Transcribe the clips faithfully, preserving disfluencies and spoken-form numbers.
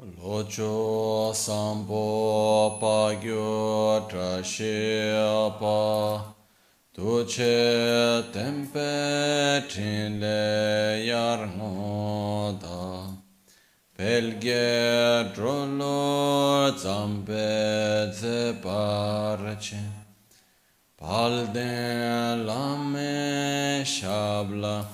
Locho sampo pagyo trashe pa tuche tempe trinle yarnoda pelge drolo zampe zeparche palden lame shabla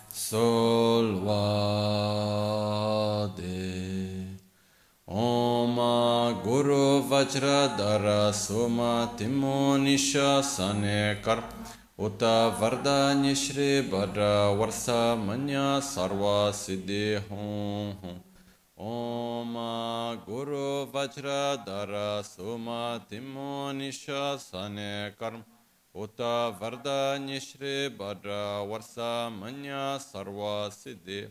solvade Om Guru Vajradhara Soma Timo Nisha Sanekar Uta Vardanya Shri Bhadra Varsa Manya Sarva Siddhi Hum Om Guru Vajradhara Soma Timo Nisha Sanekar Uta Vardanya Shri Bhadra Varsa Manya Sarva Siddhi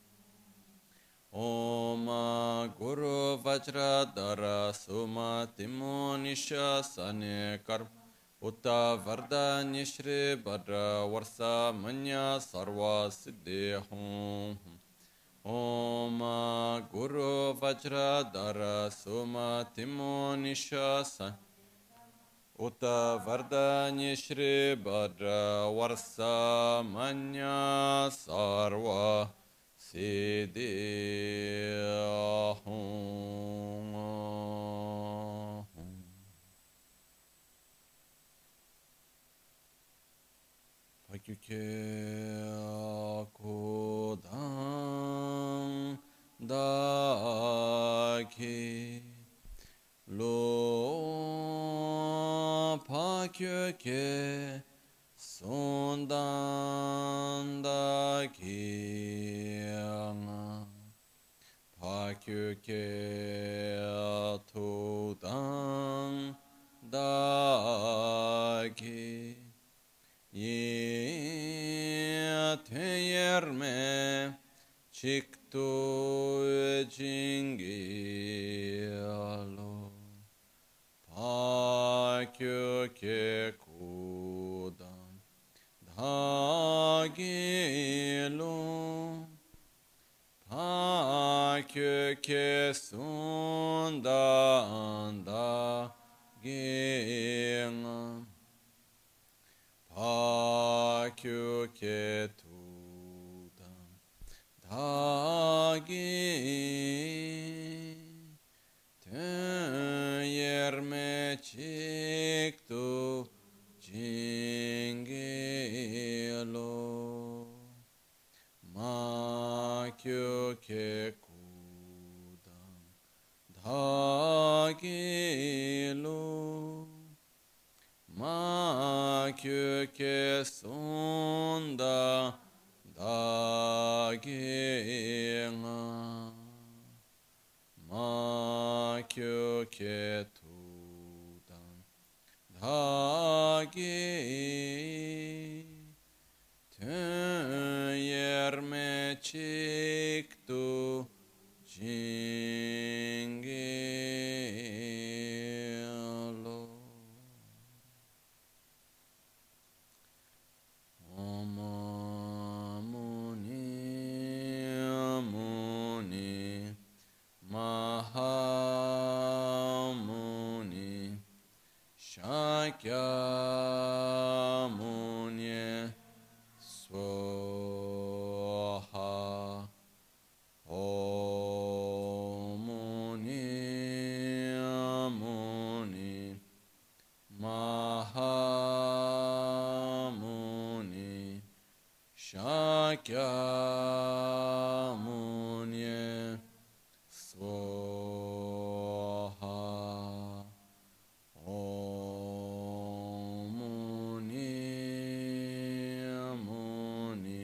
Om Guru Vajradhara Suma Timo Nisha Sanekar Uta Vardanya Shri Bhadra Varsa Manya Sarva Siddhi Hum Om Guru Vajradhara Suma Timo Nisha Sanekar Uta Vardanya Shri Bhadra Varsa Manya Sarva Siddhi Hum. Pakyuke Kodam Daki Lo Pakyuke Sondandaki Pakyuke Tudang Daki Yeteyerme Chiktu Jingialo Pakyuke Kudam Dhagilo Pakyuke Sundanda Gina Pakyuke Tudam Dhagi Yerme Chiktu Jingelo Makyuke Kudam Dhagilo Makyuke Sunda Dagina Makyuke Tudam Dhagi Yerme Chiktu Jingelo Om Muni Muni Mahamuni Shakyamuni Swaha Om Muni Muni Mahamuni Shakyamuni Swaha Om Muni Muni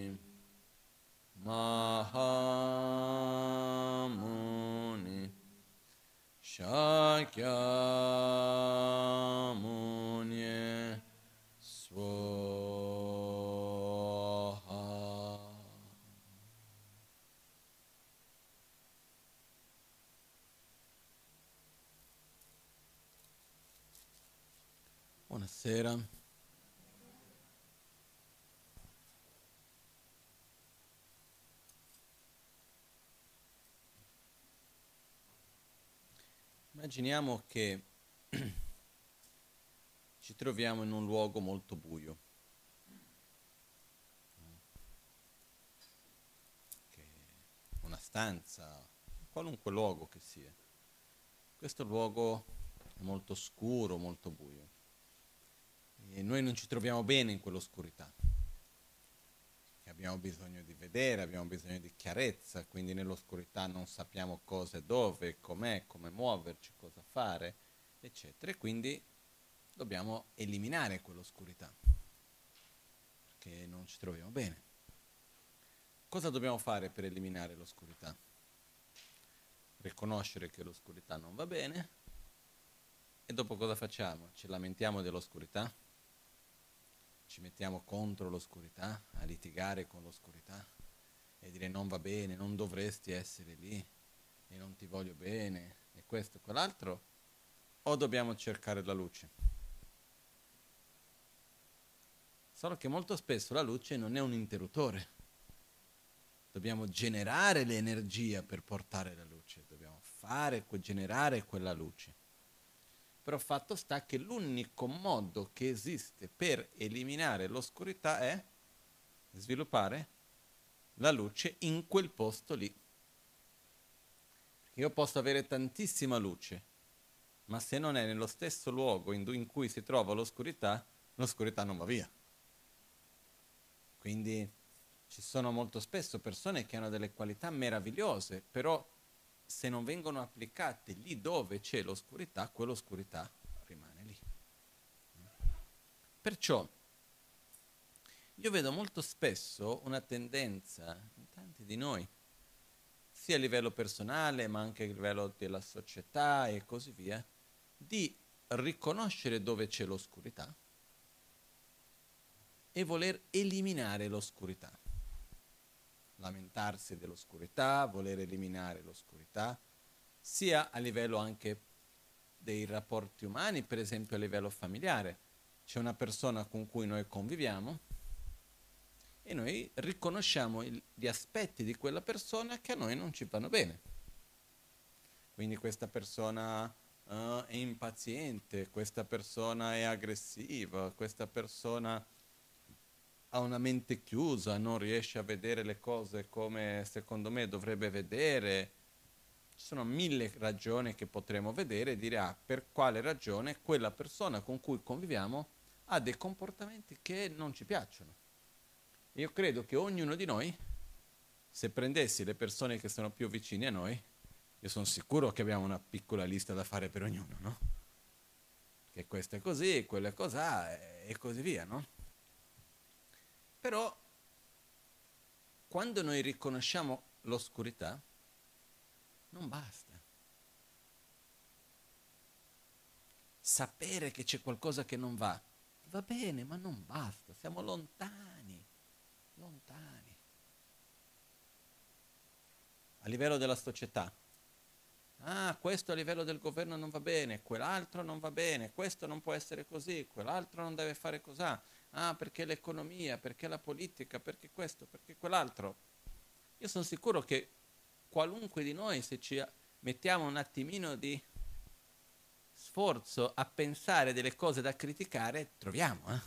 Mahamuni Shakyamuni Swaha. Buonasera. Immaginiamo che ci troviamo in un luogo molto buio, che una stanza, qualunque luogo che sia. Questo luogo è molto scuro, molto buio e noi non ci troviamo bene in quell'oscurità. Abbiamo bisogno di vedere, abbiamo bisogno di chiarezza, quindi nell'oscurità non sappiamo cosa e dove, com'è, come muoverci, cosa fare, eccetera. E quindi dobbiamo eliminare quell'oscurità, perché non ci troviamo bene. Cosa dobbiamo fare per eliminare l'oscurità? Riconoscere che l'oscurità non va bene e dopo cosa facciamo? Ci lamentiamo dell'oscurità? Ci mettiamo contro l'oscurità, a litigare con l'oscurità e dire non va bene, non dovresti essere lì e non ti voglio bene e questo e quell'altro, o dobbiamo cercare la luce? Solo che molto spesso la luce non è un interruttore. Dobbiamo generare l'energia per portare la luce, dobbiamo fare, generare quella luce. Però fatto sta che l'unico modo che esiste per eliminare l'oscurità è sviluppare la luce in quel posto lì. Io posso avere tantissima luce, ma se non è nello stesso luogo in cui si trova l'oscurità, l'oscurità non va via. Quindi ci sono molto spesso persone che hanno delle qualità meravigliose, però se non vengono applicate lì dove c'è l'oscurità, quell'oscurità rimane lì. Perciò io vedo molto spesso una tendenza in tanti di noi, sia a livello personale ma anche a livello della società e così via, di riconoscere dove c'è l'oscurità e voler eliminare l'oscurità. Lamentarsi dell'oscurità, voler eliminare l'oscurità, sia a livello anche dei rapporti umani, per esempio a livello familiare. C'è una persona con cui noi conviviamo e noi riconosciamo il, gli aspetti di quella persona che a noi non ci vanno bene. Quindi questa persona uh, è impaziente, questa persona è aggressiva, questa persona ha una mente chiusa, non riesce a vedere le cose come secondo me dovrebbe vedere. Ci sono mille ragioni che potremo vedere e dire ah, per quale ragione quella persona con cui conviviamo ha dei comportamenti che non ci piacciono. Io credo che ognuno di noi, se prendessi le persone che sono più vicine a noi, io sono sicuro che abbiamo una piccola lista da fare per ognuno, no? Che questo è così, quello è così e così via, no? Però quando noi riconosciamo l'oscurità, non basta. Sapere che c'è qualcosa che non va, va bene, ma non basta, siamo lontani, lontani. A livello della società, ah, questo a livello del governo non va bene, quell'altro non va bene, questo non può essere così, quell'altro non deve fare così. Ah, perché l'economia, perché la politica, perché questo, perché quell'altro. Io sono sicuro che qualunque di noi, se ci mettiamo un attimino di sforzo a pensare delle cose da criticare, troviamo, eh?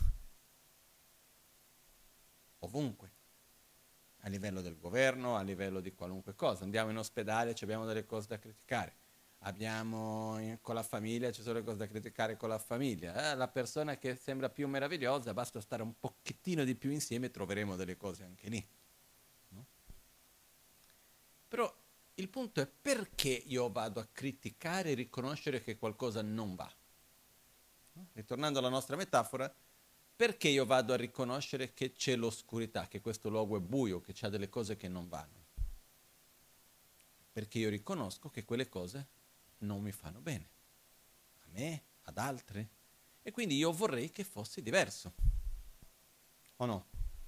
Ovunque. A livello del governo, a livello di qualunque cosa. Andiamo in ospedale, abbiamo delle cose da criticare. Abbiamo in, con la famiglia, ci sono le cose da criticare con la famiglia. Eh, la persona che sembra più meravigliosa, basta stare un pochettino di più insieme e troveremo delle cose anche lì. No? Però il punto è perché io vado a criticare e riconoscere che qualcosa non va. No? Ritornando alla nostra metafora, perché io vado a riconoscere che c'è l'oscurità, che questo luogo è buio, che c'ha delle cose che non vanno? Perché io riconosco che quelle cose non mi fanno bene, a me, ad altri, e quindi io vorrei che fosse diverso, o no?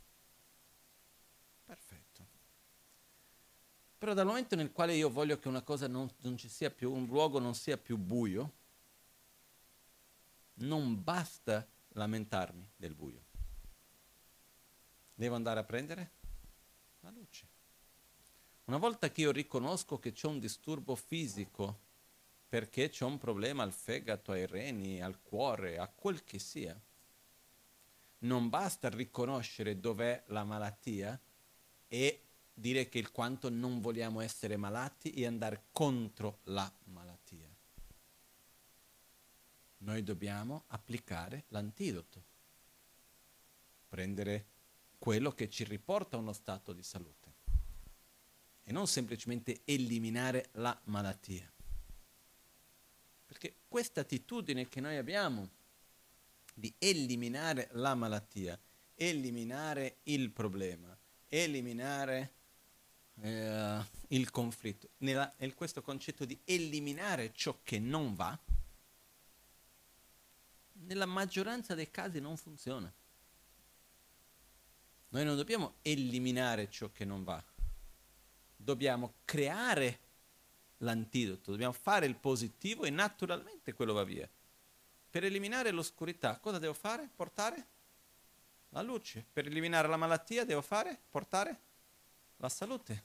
Perfetto. Però dal momento nel quale io voglio che una cosa non, non ci sia più, un luogo non sia più buio, non basta lamentarmi del buio. Devo andare a prendere la luce. Una volta che io riconosco che c'è un disturbo fisico perché c'è un problema al fegato, ai reni, al cuore, a quel che sia. Non basta riconoscere dov'è la malattia e dire che il quanto non vogliamo essere malati e andare contro la malattia. Noi dobbiamo applicare l'antidoto, prendere quello che ci riporta a uno stato di salute e non semplicemente eliminare la malattia. Perché questa attitudine che noi abbiamo di eliminare la malattia, eliminare il problema, eliminare eh, il conflitto, nella, in questo concetto di eliminare ciò che non va, nella maggioranza dei casi non funziona. Noi non dobbiamo eliminare ciò che non va, dobbiamo creare l'antidoto, dobbiamo fare il positivo e naturalmente quello va via. Per eliminare l'oscurità cosa devo fare? Portare la luce. Per eliminare la malattia devo fare? Portare la salute.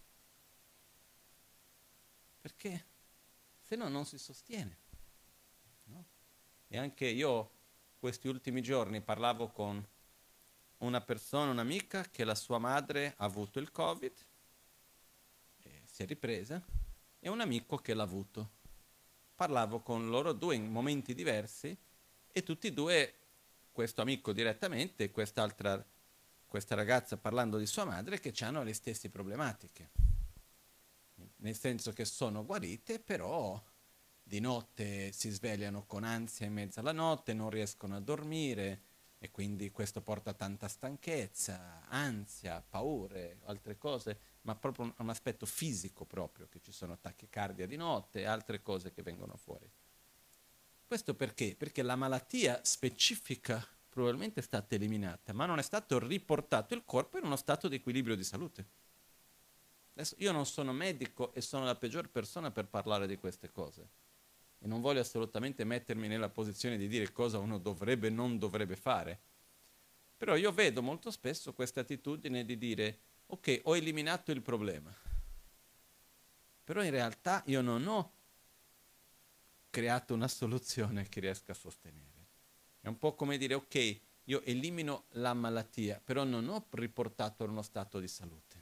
Perché se no non si sostiene. No? E anche io questi ultimi giorni parlavo con una persona, un'amica, che la sua madre ha avuto il Covid, e si è ripresa, e un amico che l'ha avuto. Parlavo con loro due in momenti diversi e tutti e due, questo amico direttamente e quest'altra, questa ragazza parlando di sua madre, che hanno le stesse problematiche. Nel senso che sono guarite, però di notte si svegliano con ansia in mezzo alla notte, non riescono a dormire e quindi questo porta a tanta stanchezza, ansia, paure, altre cose, ma proprio un, un aspetto fisico proprio, che ci sono tachicardia di notte e altre cose che vengono fuori. Questo perché? Perché la malattia specifica probabilmente è stata eliminata, ma non è stato riportato il corpo in uno stato di equilibrio di salute. Adesso io non sono medico e sono la peggior persona per parlare di queste cose e non voglio assolutamente mettermi nella posizione di dire cosa uno dovrebbe e non dovrebbe fare, però io vedo molto spesso questa attitudine di dire ok, ho eliminato il problema, però in realtà io non ho creato una soluzione che riesca a sostenere. È un po' come dire ok, io elimino la malattia, però non ho riportato a uno stato di salute.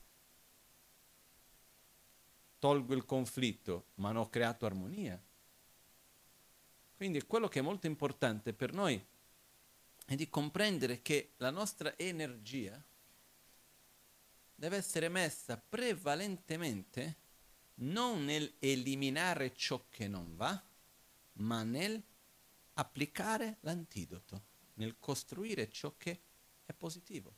Tolgo il conflitto, ma non ho creato armonia. Quindi quello che è molto importante per noi è di comprendere che la nostra energia deve essere messa prevalentemente non nel eliminare ciò che non va, ma nel applicare l'antidoto, nel costruire ciò che è positivo.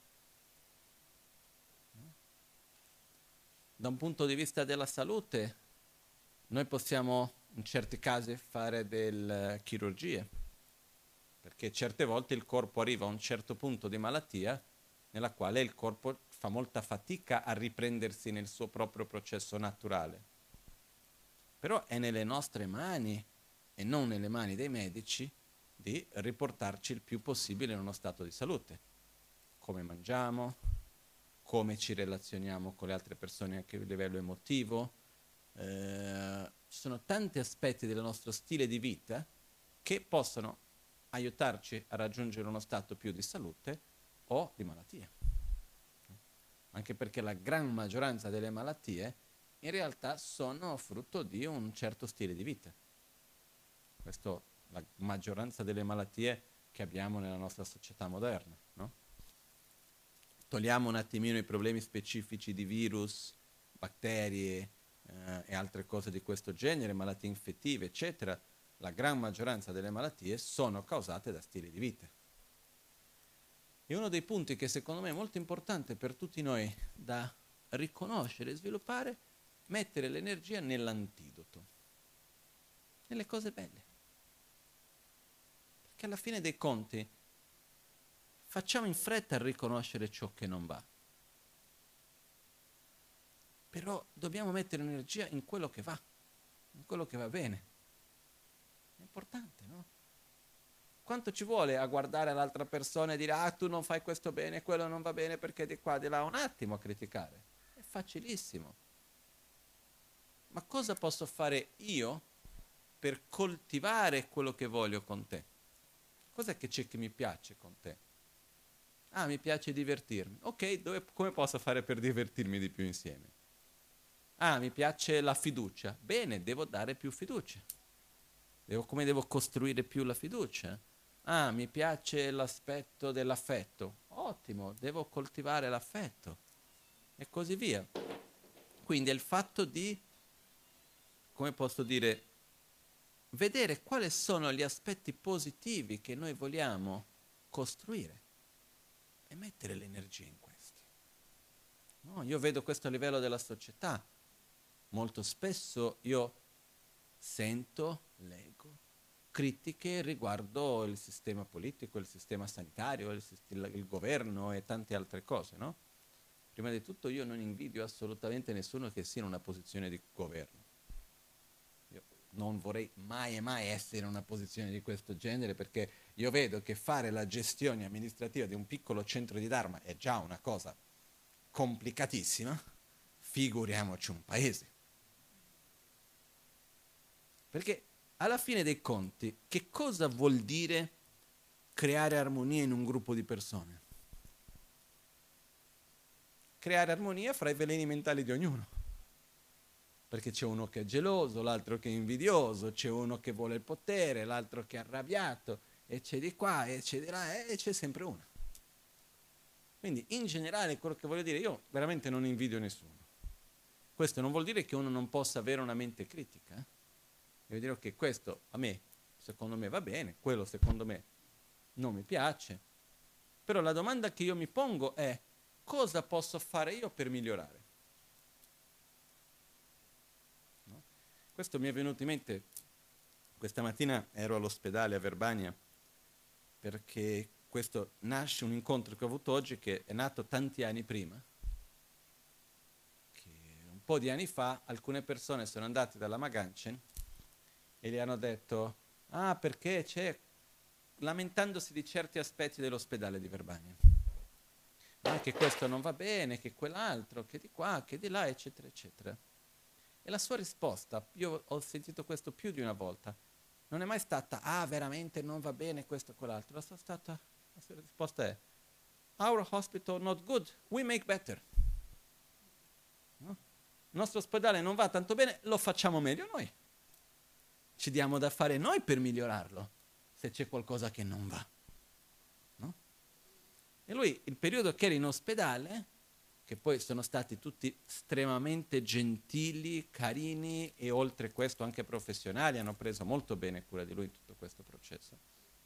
Da un punto di vista della salute, noi possiamo in certi casi fare delle chirurgie, perché certe volte il corpo arriva a un certo punto di malattia nella quale il corpo fa molta fatica a riprendersi nel suo proprio processo naturale. Però è nelle nostre mani e non nelle mani dei medici di riportarci il più possibile in uno stato di salute. Come mangiamo, come ci relazioniamo con le altre persone anche a livello emotivo. Eh, ci sono tanti aspetti del nostro stile di vita che possono aiutarci a raggiungere uno stato più di salute o di malattia. Anche perché la gran maggioranza delle malattie in realtà sono frutto di un certo stile di vita. Questo è la maggioranza delle malattie che abbiamo nella nostra società moderna, no? Togliamo un attimino i problemi specifici di virus, batterie eh, e altre cose di questo genere, malattie infettive, eccetera. La gran maggioranza delle malattie sono causate da stili di vita. E uno dei punti che secondo me è molto importante per tutti noi da riconoscere e sviluppare, mettere l'energia nell'antidoto, nelle cose belle. Perché alla fine dei conti facciamo in fretta a riconoscere ciò che non va. Però dobbiamo mettere energia in quello che va, in quello che va bene. È importante, no? Quanto ci vuole a guardare l'altra persona e dire ah tu non fai questo bene, quello non va bene perché di qua, di là, un attimo a criticare. È facilissimo. ma cosa posso fare io per coltivare quello che voglio con te? Cos'è che c'è che mi piace con te? Ah, mi piace divertirmi. Ok, dove, come posso fare per divertirmi di più insieme? Ah, mi piace la fiducia. Bene, devo dare più fiducia. Devo, come devo costruire più la fiducia? Ah, mi piace l'aspetto dell'affetto. Ottimo, devo coltivare l'affetto. E così via. Quindi è il fatto di, come posso dire, vedere quali sono gli aspetti positivi che noi vogliamo costruire e mettere l'energia in questi. No, io vedo questo a livello della società. Molto spesso io sento, leggo critiche riguardo il sistema politico, il sistema sanitario, il, il, il governo e tante altre cose, no? Prima di tutto io non invidio assolutamente nessuno che sia in una posizione di governo. Io non vorrei mai e mai essere in una posizione di questo genere, perché io vedo che fare la gestione amministrativa di un piccolo centro di Dharma è già una cosa complicatissima, figuriamoci un paese. Perché alla fine dei conti, che cosa vuol dire creare armonia in un gruppo di persone? Creare armonia fra i veleni mentali di ognuno. Perché c'è uno che è geloso, l'altro che è invidioso, c'è uno che vuole il potere, l'altro che è arrabbiato, e c'è di qua, e c'è di là, e c'è sempre uno. Quindi in generale quello che voglio dire, io veramente non invidio nessuno. Questo non vuol dire che uno non possa avere una mente critica. Eh? Devo dire che questo a me, secondo me va bene, quello secondo me non mi piace. Però la domanda che io mi pongo è: cosa posso fare io per migliorare? No? Questo mi è venuto in mente, questa mattina ero all'ospedale a Verbania, perché questo nasce un incontro che ho avuto oggi che è nato tanti anni prima, che un po' di anni fa alcune persone sono andate dalla Maganchen e gli hanno detto: ah, perché c'è, lamentandosi di certi aspetti dell'ospedale di Verbania. Ah, che questo non va bene, che quell'altro, che di qua, che di là, eccetera, eccetera. E la sua risposta, io ho sentito questo più di una volta, non è mai stata: ah, veramente non va bene questo o quell'altro. La sua, stata, la sua risposta è: our hospital not good, we make better. No? Il nostro ospedale non va tanto bene, lo facciamo meglio noi. Ci diamo da fare noi per migliorarlo, se c'è qualcosa che non va. No? E lui, il periodo che era in ospedale, che poi sono stati tutti estremamente gentili, carini e oltre questo anche professionali, hanno preso molto bene cura di lui in tutto questo processo.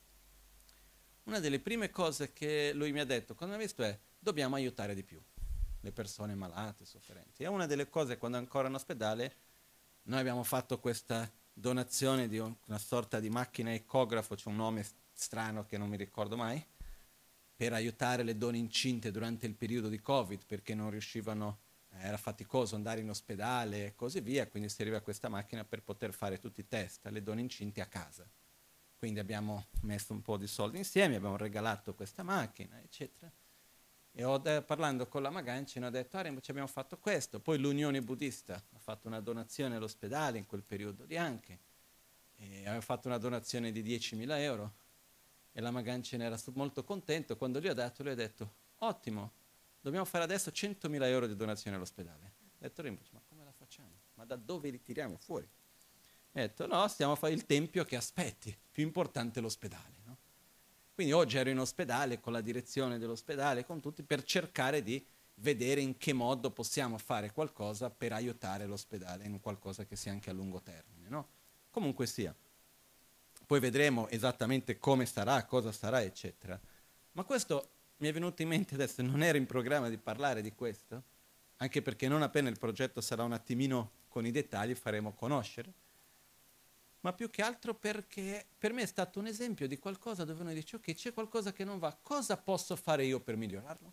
Una delle prime cose che lui mi ha detto quando mi ha visto è: dobbiamo aiutare di più le persone malate, sofferenti. E una delle cose, quando ancora in ospedale, noi abbiamo fatto questa donazione di una sorta di macchina ecografo, c'è un nome strano che non mi ricordo mai, per aiutare le donne incinte durante il periodo di Covid, perché non riuscivano, eh, era faticoso andare in ospedale e così via, quindi serviva questa macchina per poter fare tutti i test alle donne incinte a casa. Quindi abbiamo messo un po' di soldi insieme, abbiamo regalato questa macchina, eccetera. E ho, eh, parlando con la Maganchen ho detto: ah, ci abbiamo fatto questo. Poi l'Unione Buddista ha fatto una donazione all'ospedale in quel periodo lì anche, e aveva fatto una donazione di diecimila euro, e la Maganchen era molto contento. Quando gli ho dato, lui ha detto: ottimo, dobbiamo fare adesso centomila euro di donazione all'ospedale. Ho detto: Rinpoche, ma come la facciamo? Ma da dove li tiriamo fuori? Ho detto: no, stiamo a fare il tempio che aspetti, più importante l'ospedale. No? Quindi oggi ero in ospedale con la direzione dell'ospedale, con tutti, per cercare di vedere in che modo possiamo fare qualcosa per aiutare l'ospedale in qualcosa che sia anche a lungo termine. No? Comunque sia. Poi vedremo esattamente come sarà, cosa sarà, eccetera. Ma questo mi è venuto in mente adesso, non era in programma di parlare di questo, anche perché non appena il progetto sarà un attimino con i dettagli faremo conoscere, ma più che altro perché per me è stato un esempio di qualcosa dove uno dice: ok, c'è qualcosa che non va, cosa posso fare io per migliorarlo?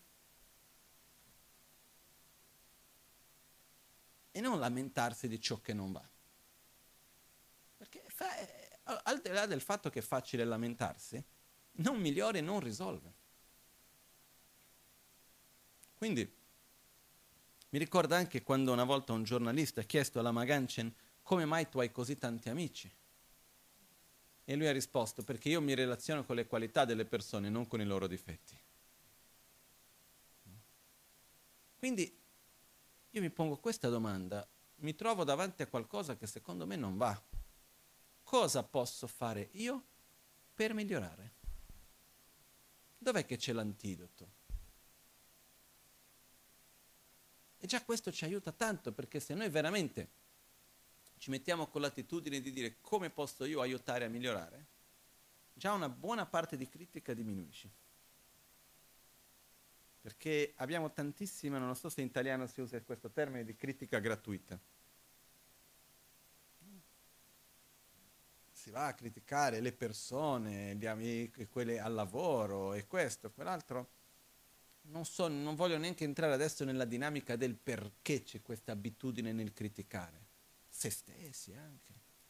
E non lamentarsi di ciò che non va. Perché fa, al di là del fatto che è facile lamentarsi, non migliora e non risolve. Quindi Mi ricorda anche quando una volta un giornalista ha chiesto alla Maganchen come mai tu hai così tanti amici? E lui ha risposto, perché io mi relaziono con le qualità delle persone, non con i loro difetti. Quindi io mi pongo questa domanda, mi trovo davanti a qualcosa che secondo me non va. Cosa posso fare io per migliorare? Dov'è che c'è l'antidoto? E già questo ci aiuta tanto, perché se noi veramente ci mettiamo con l'attitudine di dire come posso io aiutare a migliorare, già una buona parte di critica diminuisce. Perché abbiamo tantissima, non so se in italiano si usa questo termine, di critica gratuita. Si va a criticare le persone, gli amici, quelle al lavoro e questo, quell'altro. Non so, non voglio neanche entrare adesso nella dinamica del perché c'è questa abitudine nel criticare. Se stessi anche.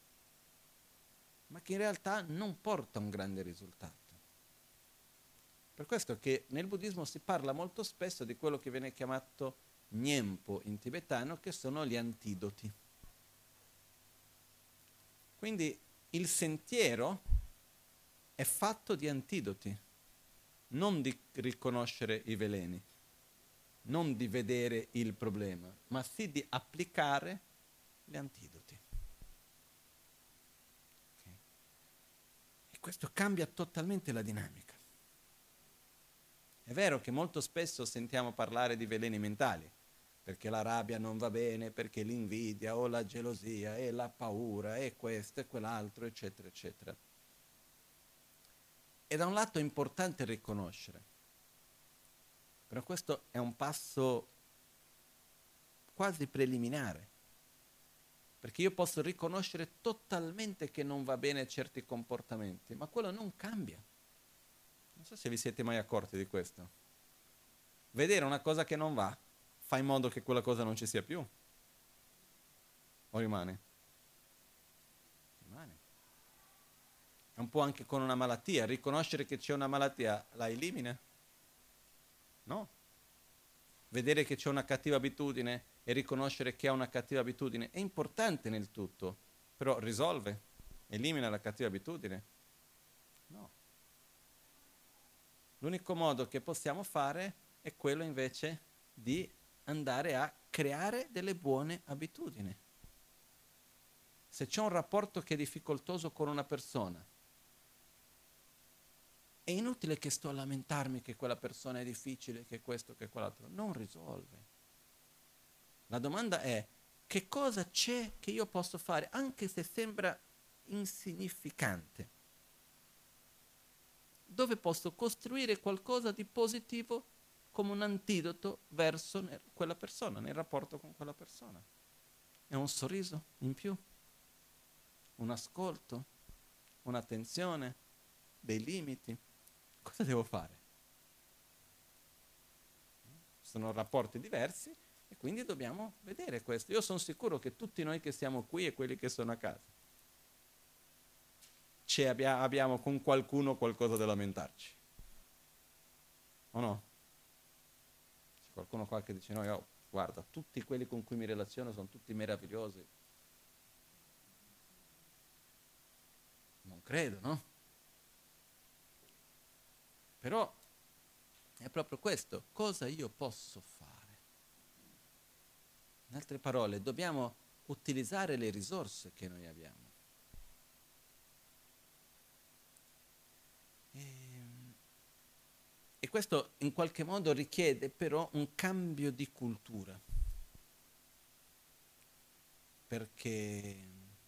Ma che in realtà non porta a un grande risultato. Per questo che nel buddismo si parla molto spesso di quello che viene chiamato Nyempo in tibetano, che sono gli antidoti. Quindi il sentiero è fatto di antidoti, non di riconoscere i veleni, non di vedere il problema, ma sì di applicare gli antidoti. Okay. E questo cambia totalmente la dinamica. È vero che molto spesso sentiamo parlare di veleni mentali, perché la rabbia non va bene, perché l'invidia o la gelosia e la paura e questo e quell'altro, eccetera, eccetera. E da un lato è importante riconoscere, però questo è un passo quasi preliminare, perché io posso riconoscere totalmente che non va bene certi comportamenti, ma quello non cambia. Non so se vi siete mai accorti di questo. Vedere una cosa che non va fa in modo che quella cosa non ci sia più. O rimane? Rimane. È un po' anche con una malattia. Riconoscere che c'è una malattia la elimina? No. Vedere che c'è una cattiva abitudine e riconoscere che ha una cattiva abitudine è importante nel tutto, però risolve? Elimina la cattiva abitudine? No. L'unico modo che possiamo fare è quello invece di andare a creare delle buone abitudini. Se c'è un rapporto che è difficoltoso con una persona, è inutile che sto a lamentarmi che quella persona è difficile, che questo, che quell'altro. Non risolve. La domanda è: che cosa c'è che io posso fare, anche se sembra insignificante? Dove posso costruire qualcosa di positivo come un antidoto verso quella persona, nel rapporto con quella persona? È un sorriso in più, un ascolto, un'attenzione, dei limiti. Cosa devo fare? Sono rapporti diversi e quindi dobbiamo vedere questo. Io sono sicuro che tutti noi che siamo qui e quelli che sono a casa ci abbia, abbiamo con qualcuno qualcosa da lamentarci. O no? C'è qualcuno qua che dice no, io, guarda, tutti quelli con cui mi relaziono sono tutti meravigliosi. Non credo, no? Però è proprio questo, cosa io posso fare? In altre parole, dobbiamo utilizzare le risorse che noi abbiamo. E, e questo in qualche modo richiede però un cambio di cultura. Perché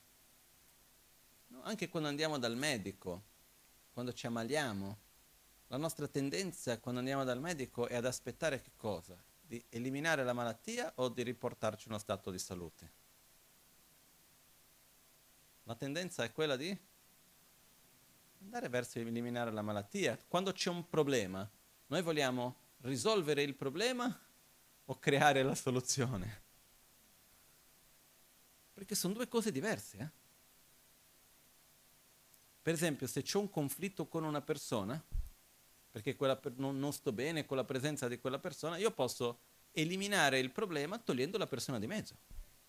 no, anche quando andiamo dal medico, quando ci ammaliamo, la nostra tendenza quando andiamo dal medico è ad aspettare che cosa? Di eliminare la malattia o di riportarci uno stato di salute? La tendenza è quella di andare verso eliminare la malattia. Quando c'è un problema, noi vogliamo risolvere il problema o creare la soluzione? Perché sono due cose diverse. Eh? Per esempio, se c'è un conflitto con una persona, perché quella per- non, non sto bene con la presenza di quella persona, io posso eliminare il problema togliendo la persona di mezzo.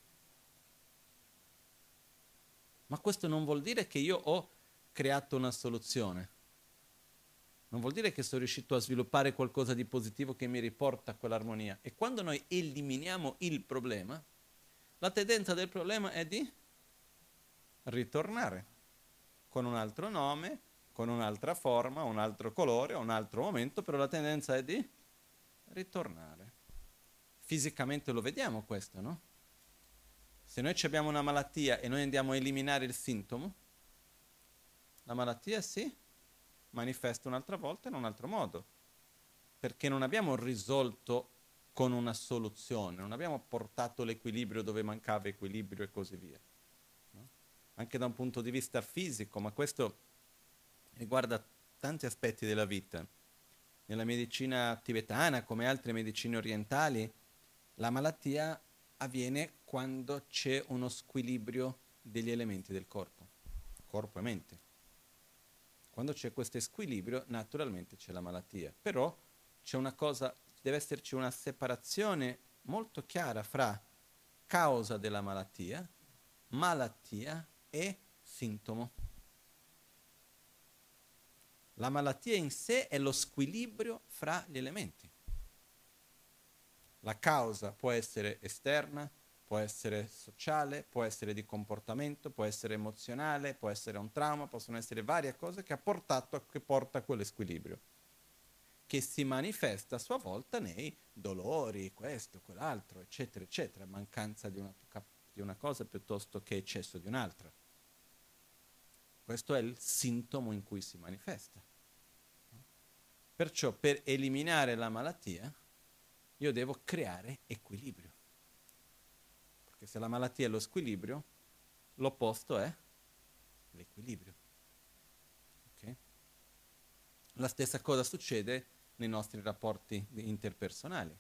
Ma questo non vuol dire che io ho creato una soluzione. Non vuol dire che sono riuscito a sviluppare qualcosa di positivo che mi riporta a quell'armonia. E quando noi eliminiamo il problema, la tendenza del problema è di ritornare con un altro nome, con un'altra forma, un altro colore, un altro momento, però la tendenza è di ritornare. Fisicamente lo vediamo questo, no? Se noi abbiamo una malattia e noi andiamo a eliminare il sintomo, la malattia si manifesta un'altra volta in un altro modo, perché non abbiamo risolto con una soluzione, non abbiamo portato l'equilibrio dove mancava equilibrio e così via. No? Anche da un punto di vista fisico, ma questo riguarda tanti aspetti della vita. Nella medicina tibetana, come altre medicine orientali, la malattia avviene quando c'è uno squilibrio degli elementi del corpo, corpo e mente. Quando c'è questo squilibrio, naturalmente c'è la malattia. Però c'è una cosa, deve esserci una separazione molto chiara fra causa della malattia, malattia e sintomo. La malattia in sé è lo squilibrio fra gli elementi. La causa può essere esterna, può essere sociale, può essere di comportamento, può essere emozionale, può essere un trauma, possono essere varie cose che ha portato, che porta a quello squilibrio, che si manifesta a sua volta nei dolori, questo, quell'altro, eccetera, eccetera, mancanza di una, di una cosa piuttosto che eccesso di un'altra. Questo è il sintomo in cui si manifesta. Perciò per eliminare la malattia io devo creare equilibrio. Perché se la malattia è lo squilibrio, l'opposto è l'equilibrio. Okay? La stessa cosa succede nei nostri rapporti interpersonali.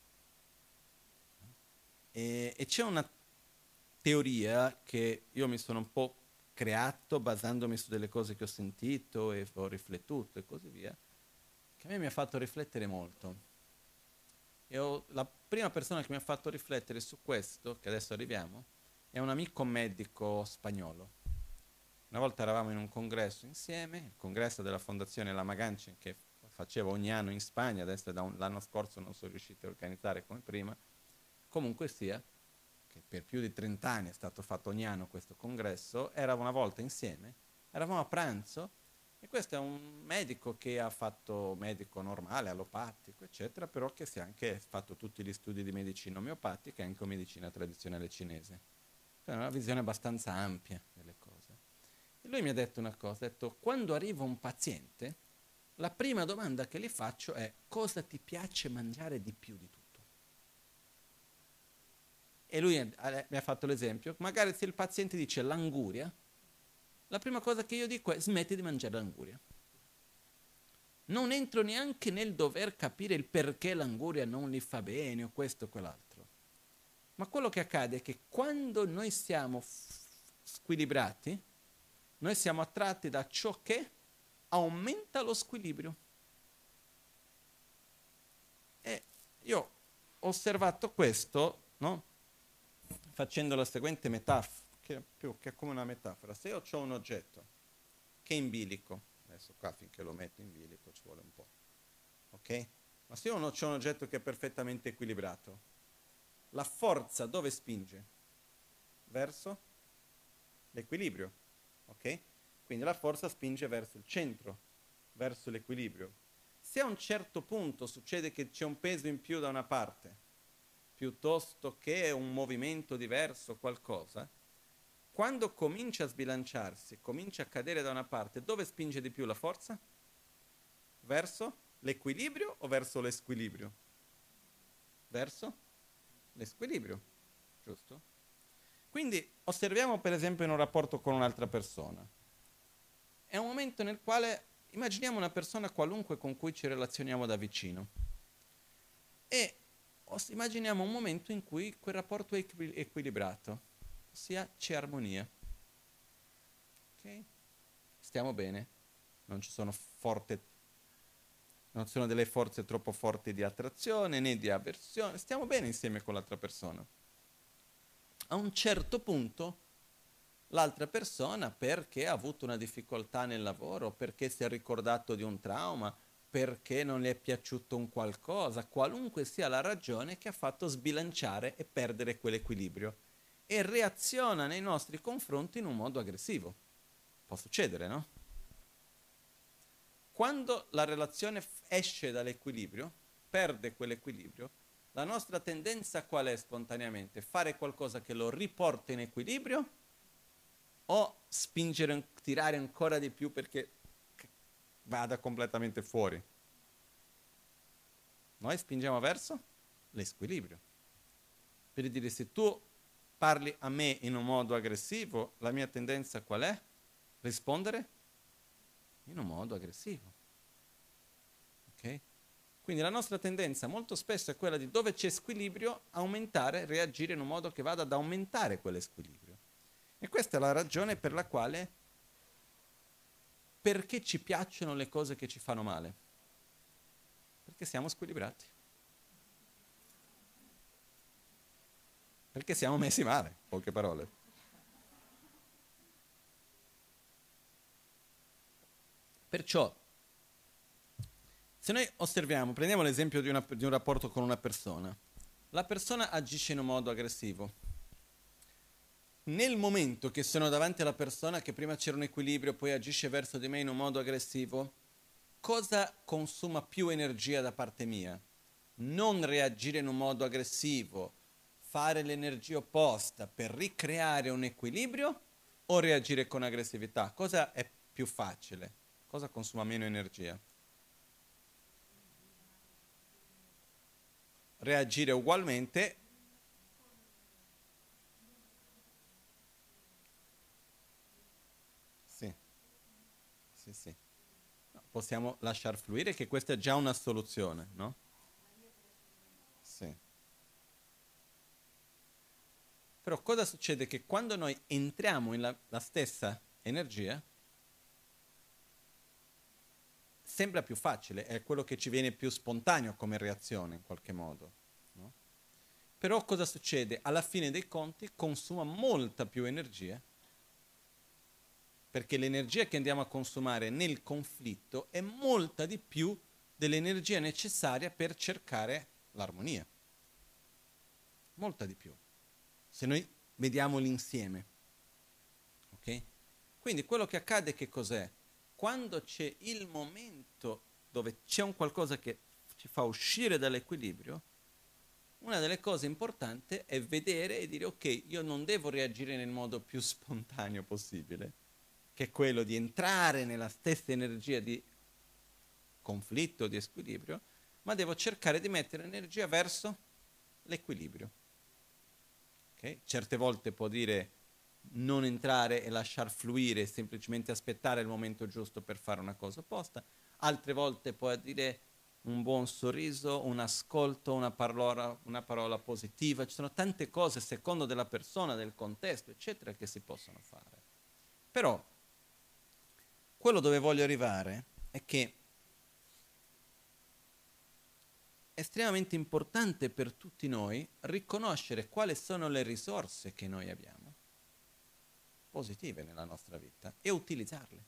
E, e c'è una teoria che io mi sono un po' creato basandomi su delle cose che ho sentito e ho riflettuto e così via, che a me mi ha fatto riflettere molto. E ho, la prima persona che mi ha fatto riflettere su questo, che adesso arriviamo, è un amico medico spagnolo. Una volta eravamo in un congresso insieme, il congresso della Fondazione La Maganchen che facevo ogni anno in Spagna, adesso da un, l'anno scorso non sono riuscito a organizzare come prima, comunque sia, che per più di trenta anni è stato fatto ogni anno questo congresso, eravamo una volta insieme, eravamo a pranzo, e questo è un medico che ha fatto medico normale, allopatico, eccetera, però che si è anche fatto tutti gli studi di medicina omeopatica e anche medicina tradizionale cinese. Quindi una visione abbastanza ampia delle cose. E lui mi ha detto una cosa, ha detto, quando arriva un paziente, la prima domanda che gli faccio è cosa ti piace mangiare di più di tutto? E lui mi ha fatto l'esempio, magari se il paziente dice l'anguria, la prima cosa che io dico è smetti di mangiare l'anguria. Non entro neanche nel dover capire il perché l'anguria non gli fa bene o questo o quell'altro. Ma quello che accade è che quando noi siamo f- squilibrati, noi siamo attratti da ciò che aumenta lo squilibrio. E io ho osservato questo, no? Facendo la seguente metafora, che è più che come una metafora. Se io ho un oggetto che è in bilico, adesso qua finché lo metto in bilico ci vuole un po', ok? Ma se io non ho un oggetto che è perfettamente equilibrato, la forza dove spinge? Verso l'equilibrio, ok? Quindi la forza spinge verso il centro, verso l'equilibrio. Se a un certo punto succede che c'è un peso in più da una parte, piuttosto che un movimento diverso, qualcosa, quando comincia a sbilanciarsi, comincia a cadere da una parte, dove spinge di più la forza? Verso l'equilibrio o verso l'esquilibrio? Verso l'esquilibrio, giusto? Quindi osserviamo per esempio in un rapporto con un'altra persona. È un momento nel quale immaginiamo una persona qualunque con cui ci relazioniamo da vicino e immaginiamo un momento in cui quel rapporto è equi- equilibrato, ossia c'è armonia. Ok? Stiamo bene, non ci sono forti non sono delle forze troppo forti di attrazione né di avversione, stiamo bene insieme con l'altra persona. A un certo punto l'altra persona, perché ha avuto una difficoltà nel lavoro, perché si è ricordato di un trauma, perché non le è piaciuto un qualcosa, qualunque sia la ragione che ha fatto sbilanciare e perdere quell'equilibrio, e reaziona nei nostri confronti in un modo aggressivo. Può succedere, no? Quando la relazione esce dall'equilibrio, perde quell'equilibrio, la nostra tendenza qual è spontaneamente? Fare qualcosa che lo riporta in equilibrio o spingere, tirare ancora di più perché vada completamente fuori? Noi spingiamo verso l'esquilibrio. Per dire, se tu parli a me in un modo aggressivo, la mia tendenza qual è? Rispondere in un modo aggressivo. Ok? Quindi la nostra tendenza molto spesso è quella di, dove c'è squilibrio, aumentare, reagire in un modo che vada ad aumentare quell'esquilibrio. E questa è la ragione per la quale, perché ci piacciono le cose che ci fanno male? Perché siamo squilibrati. Perché siamo messi male, in poche parole. Perciò, se noi osserviamo, prendiamo l'esempio di, una, di un rapporto con una persona, la persona agisce in un modo aggressivo. Nel momento che sono davanti alla persona, che prima c'era un equilibrio, poi agisce verso di me in un modo aggressivo, cosa consuma più energia da parte mia? Non reagire in un modo aggressivo, fare l'energia opposta per ricreare un equilibrio, o reagire con aggressività? Cosa è più facile? Cosa consuma meno energia? Reagire ugualmente. Sì, sì, sì. No, possiamo lasciar fluire che questa è già una soluzione, no? Sì. Però cosa succede? Che quando noi entriamo nella stessa energia, sembra più facile, è quello che ci viene più spontaneo come reazione in qualche modo, no? Però cosa succede? Alla fine dei conti consuma molta più energia, perché l'energia che andiamo a consumare nel conflitto è molta di più dell'energia necessaria per cercare l'armonia. Molta di più. Se noi vediamo l'insieme. Ok? Quindi quello che accade che cos'è? Quando c'è il momento dove c'è un qualcosa che ci fa uscire dall'equilibrio, una delle cose importanti è vedere e dire ok, io non devo reagire nel modo più spontaneo possibile, che è quello di entrare nella stessa energia di conflitto, di squilibrio, ma devo cercare di mettere energia verso l'equilibrio. Okay? Certe volte può dire non entrare e lasciar fluire, semplicemente aspettare il momento giusto per fare una cosa opposta, altre volte può dire un buon sorriso, un ascolto, una parola, una parola positiva, ci sono tante cose a secondo della persona, del contesto, eccetera, che si possono fare. Però quello dove voglio arrivare è che è estremamente importante per tutti noi riconoscere quali sono le risorse che noi abbiamo, positive nella nostra vita, e utilizzarle.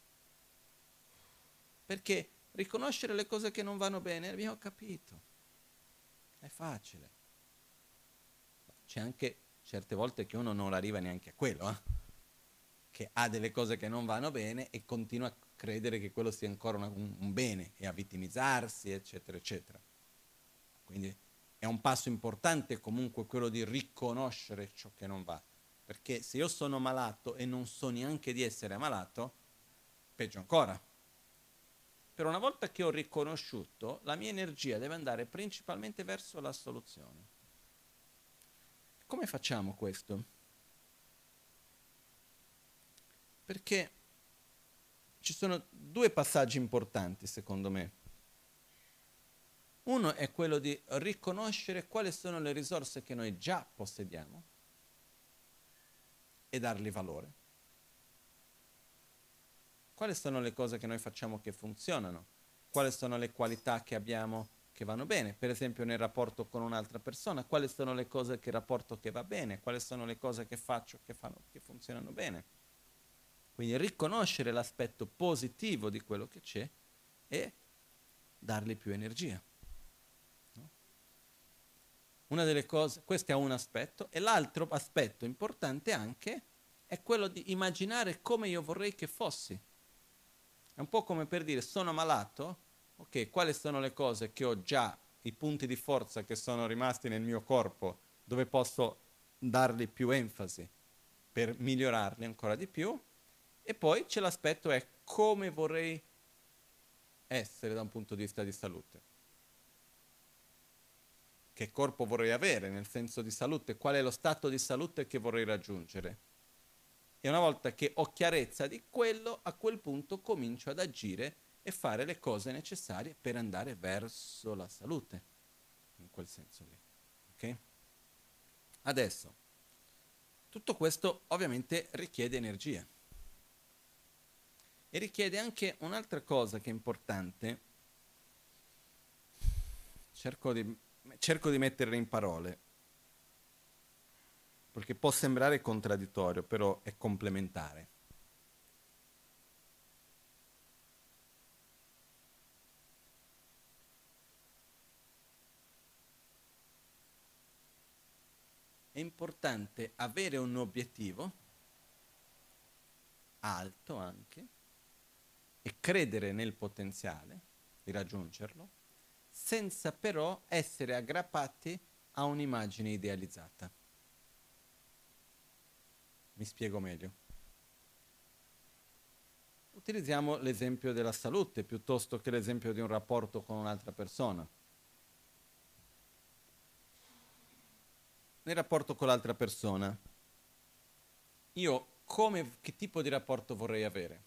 Perché riconoscere le cose che non vanno bene, abbiamo capito, è facile. C'è anche certe volte che uno non arriva neanche a quello, eh? Che ha delle cose che non vanno bene e continua a credere che quello sia ancora una, un, un bene e a vittimizzarsi, eccetera, eccetera. Quindi è un passo importante comunque quello di riconoscere ciò che non va. Perché se io sono malato e non so neanche di essere malato, peggio ancora. Per una volta che ho riconosciuto, la mia energia deve andare principalmente verso la soluzione. Come facciamo questo? Perché ci sono due passaggi importanti, secondo me. Uno è quello di riconoscere quali sono le risorse che noi già possediamo e dargli valore. Quali sono le cose che noi facciamo che funzionano? quali sono le qualità che abbiamo che vanno bene, per esempio nel rapporto con un'altra persona, quali sono le cose che rapporto che va bene, quali sono le cose che faccio che, fanno, che funzionano bene. Quindi riconoscere l'aspetto positivo di quello che c'è e dargli più energia. No? Una delle cose, questo è un aspetto, e l'altro aspetto importante anche è quello di immaginare come io vorrei che fossi. È un po' come per dire, sono malato, ok, quali sono le cose che ho già, i punti di forza che sono rimasti nel mio corpo, dove posso dargli più enfasi per migliorarli ancora di più, e poi c'è l'aspetto è come vorrei essere da un punto di vista di salute. Che corpo vorrei avere nel senso di salute, qual è lo stato di salute che vorrei raggiungere. E una volta che ho chiarezza di quello, a quel punto comincio ad agire e fare le cose necessarie per andare verso la salute, in quel senso lì. Ok? Adesso, tutto questo ovviamente richiede energia. E richiede anche un'altra cosa che è importante, cerco di, cerco di metterla in parole, perché può sembrare contraddittorio, però è complementare. È importante avere un obiettivo, alto anche, e credere nel potenziale di raggiungerlo, senza però essere aggrappati a un'immagine idealizzata. Mi spiego meglio. Utilizziamo l'esempio della salute piuttosto che l'esempio di un rapporto con un'altra persona. Nel rapporto con l'altra persona, io come, che tipo di rapporto vorrei avere?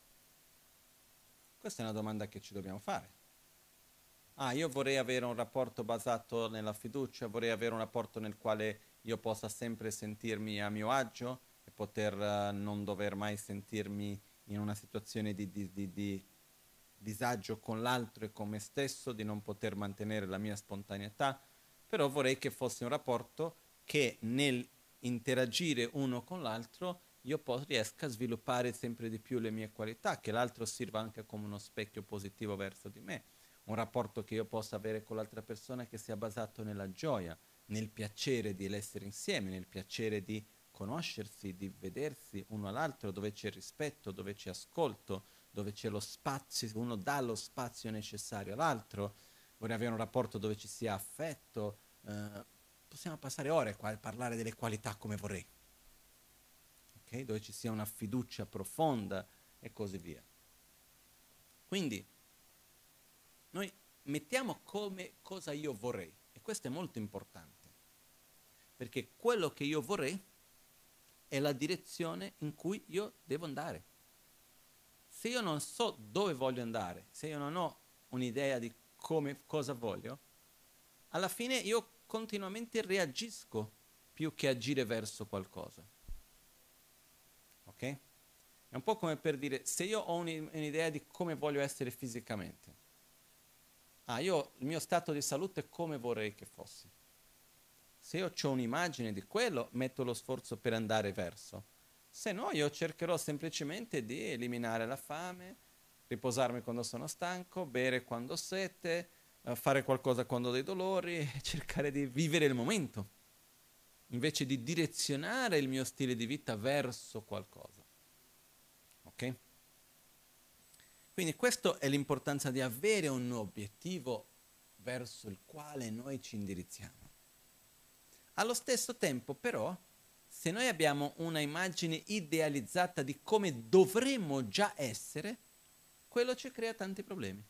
Questa è una domanda che ci dobbiamo fare. Ah, io vorrei avere un rapporto basato nella fiducia, vorrei avere un rapporto nel quale io possa sempre sentirmi a mio agio e poter uh, non dover mai sentirmi in una situazione di, di, di, di disagio con l'altro e con me stesso, di non poter mantenere la mia spontaneità, però vorrei che fosse un rapporto che nel interagire uno con l'altro io poi riesca a sviluppare sempre di più le mie qualità, che l'altro sirva anche come uno specchio positivo verso di me, un rapporto che io possa avere con l'altra persona che sia basato nella gioia, nel piacere di essere insieme, nel piacere di conoscersi, di vedersi uno all'altro, dove c'è rispetto, dove c'è ascolto, dove c'è lo spazio, uno dà lo spazio necessario all'altro, vorrei avere un rapporto dove ci sia affetto, eh, possiamo passare ore qua a parlare delle qualità come vorrei, okay? Dove ci sia una fiducia profonda e così via. Quindi noi mettiamo come cosa io vorrei, e questo è molto importante, perché quello che io vorrei è la direzione in cui io devo andare. Se io non so dove voglio andare, se io non ho un'idea di come, cosa voglio, alla fine io continuamente reagisco più che agire verso qualcosa. Ok? È un po' come per dire, se io ho un'idea di come voglio essere fisicamente, ah, io il mio stato di salute come vorrei che fosse. Se io ho un'immagine di quello, metto lo sforzo per andare verso. Se no, io cercherò semplicemente di eliminare la fame, riposarmi quando sono stanco, bere quando ho sete, fare qualcosa quando ho dei dolori, cercare di vivere il momento, invece di direzionare il mio stile di vita verso qualcosa. Ok? Quindi questa è l'importanza di avere un obiettivo verso il quale noi ci indirizziamo. Allo stesso tempo, però, se noi abbiamo una immagine idealizzata di come dovremmo già essere, quello ci crea tanti problemi.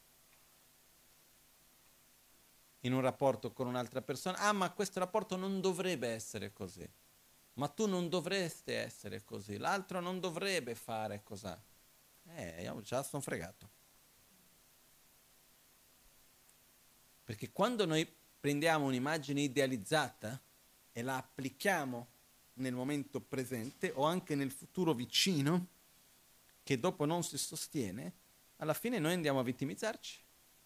In un rapporto con un'altra persona, ah, ma questo rapporto non dovrebbe essere così, ma tu non dovresti essere così, l'altro non dovrebbe fare così. Eh, io già sono fregato. Perché quando noi prendiamo un'immagine idealizzata e la applichiamo nel momento presente o anche nel futuro vicino, che dopo non si sostiene, alla fine noi andiamo a vittimizzarci.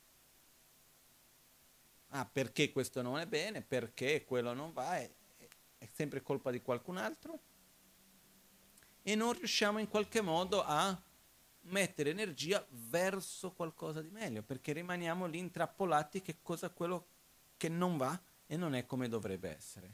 Ah, perché questo non è bene, perché quello non va, è, è sempre colpa di qualcun altro, e non riusciamo in qualche modo a mettere energia verso qualcosa di meglio, perché rimaniamo lì intrappolati che cosa quello che non va e non è come dovrebbe essere.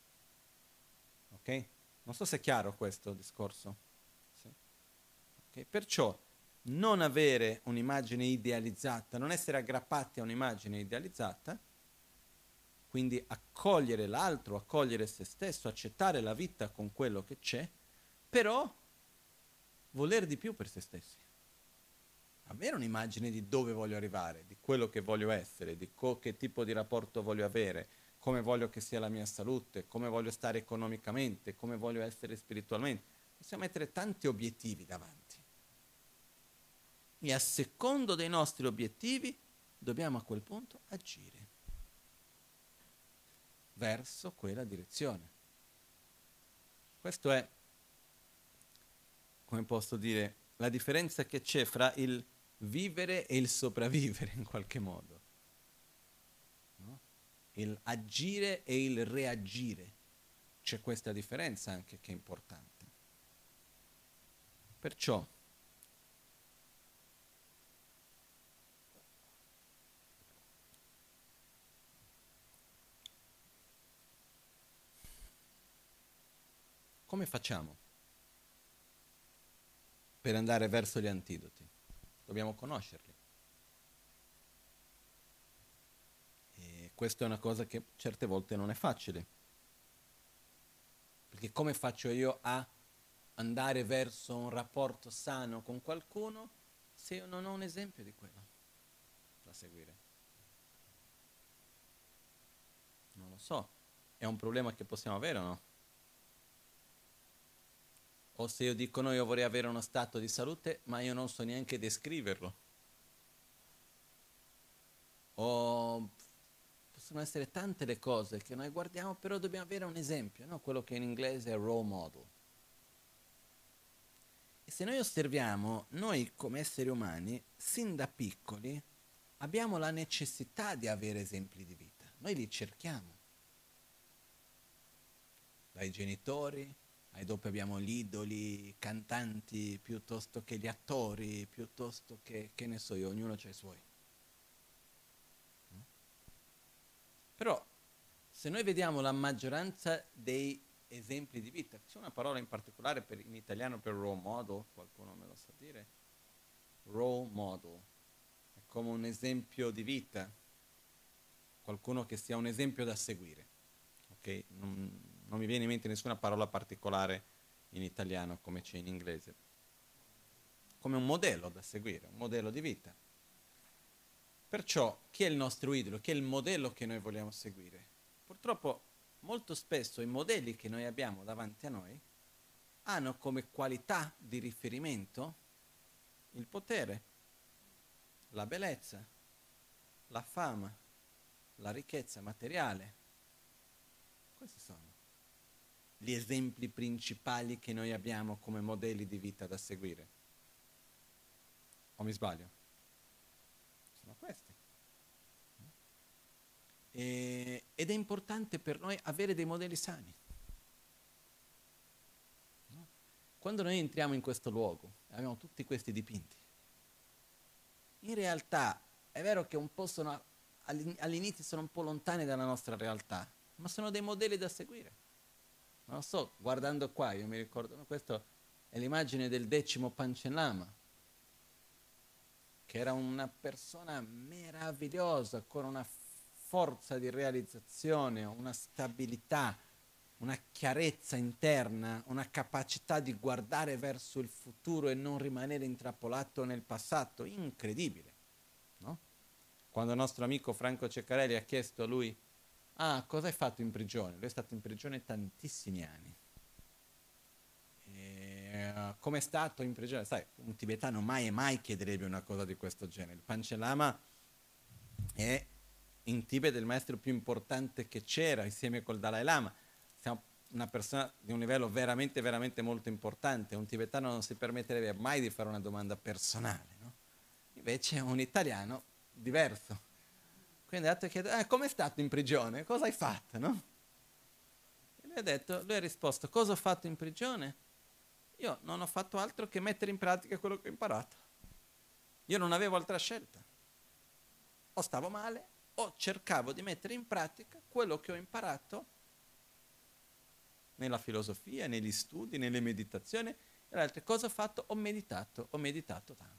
Ok? Non so se è chiaro questo discorso. Sì. Okay? Perciò non avere un'immagine idealizzata, non essere aggrappati a un'immagine idealizzata, quindi accogliere l'altro, accogliere se stesso, accettare la vita con quello che c'è, però voler di più per se stessi. Avere un'immagine di dove voglio arrivare, di quello che voglio essere, di co- che tipo di rapporto voglio avere, come voglio che sia la mia salute, come voglio stare economicamente, come voglio essere spiritualmente. Possiamo mettere tanti obiettivi davanti. E a secondo dei nostri obiettivi dobbiamo a quel punto agire verso quella direzione. Questo è, come posso dire, la differenza che c'è fra il vivere e il sopravvivere in qualche modo. No? Il agire e il reagire. C'è questa differenza anche che è importante. Perciò come facciamo per andare verso gli antidoti? Dobbiamo conoscerli. E questa è una cosa che certe volte non è facile. Perché come faccio io a andare verso un rapporto sano con qualcuno se io non ho un esempio di quello da seguire? Non lo so. È un problema che possiamo avere o no? O se io dico no, io vorrei avere uno stato di salute, ma io non so neanche descriverlo. O possono essere tante le cose che noi guardiamo, però dobbiamo avere un esempio, no? Quello che in inglese è role model. E se noi osserviamo, noi come esseri umani, sin da piccoli, abbiamo la necessità di avere esempi di vita. Noi li cerchiamo. Dai genitori, e dopo abbiamo gli idoli, cantanti, piuttosto che gli attori, piuttosto che, che ne so io, ognuno ha i suoi. Però, se noi vediamo la maggioranza dei esempi di vita, c'è una parola in particolare per, in italiano per role model, qualcuno me lo sa dire? Role model, è come un esempio di vita, qualcuno che sia un esempio da seguire, ok? Non, non mi viene in mente nessuna parola particolare in italiano come c'è in inglese, come un modello da seguire, un modello di vita. Perciò chi è il nostro idolo, chi è il modello che noi vogliamo seguire? Purtroppo molto spesso i modelli che noi abbiamo davanti a noi hanno come qualità di riferimento il potere, la bellezza, la fama, la ricchezza materiale. Questi sono gli esempi principali che noi abbiamo come modelli di vita da seguire. O mi sbaglio? Sono questi. E, ed è importante per noi avere dei modelli sani. No? Quando noi entriamo in questo luogo, abbiamo tutti questi dipinti. In realtà è vero che un po' sono, all'inizio sono un po' lontani dalla nostra realtà, ma sono dei modelli da seguire. Non lo so, guardando qua, io mi ricordo, no, questa è l'immagine del decimo Panchen Lama, che era una persona meravigliosa, con una forza di realizzazione, una stabilità, una chiarezza interna, una capacità di guardare verso il futuro e non rimanere intrappolato nel passato, incredibile, no? Quando il nostro amico Franco Ceccarelli ha chiesto a lui ah, cosa hai fatto in prigione? Lui è stato in prigione tantissimi anni. Uh, come è stato in prigione? Sai, un tibetano mai e mai chiederebbe una cosa di questo genere. Il Panchen Lama è in Tibet il maestro più importante che c'era, insieme col Dalai Lama. Siamo una persona di un livello veramente, veramente molto importante. Un tibetano non si permetterebbe mai di fare una domanda personale, no? invece è un italiano diverso. Quindi ha detto, chiede, eh, com'è stato in prigione? Cosa hai fatto, no? E lui ha detto, lui ha risposto, cosa ho fatto in prigione? Io non ho fatto altro che mettere in pratica quello che ho imparato. Io non avevo altra scelta. O stavo male, o cercavo di mettere in pratica quello che ho imparato nella filosofia, negli studi, nelle meditazioni e le altre cose ho fatto, ho meditato, ho meditato tanto.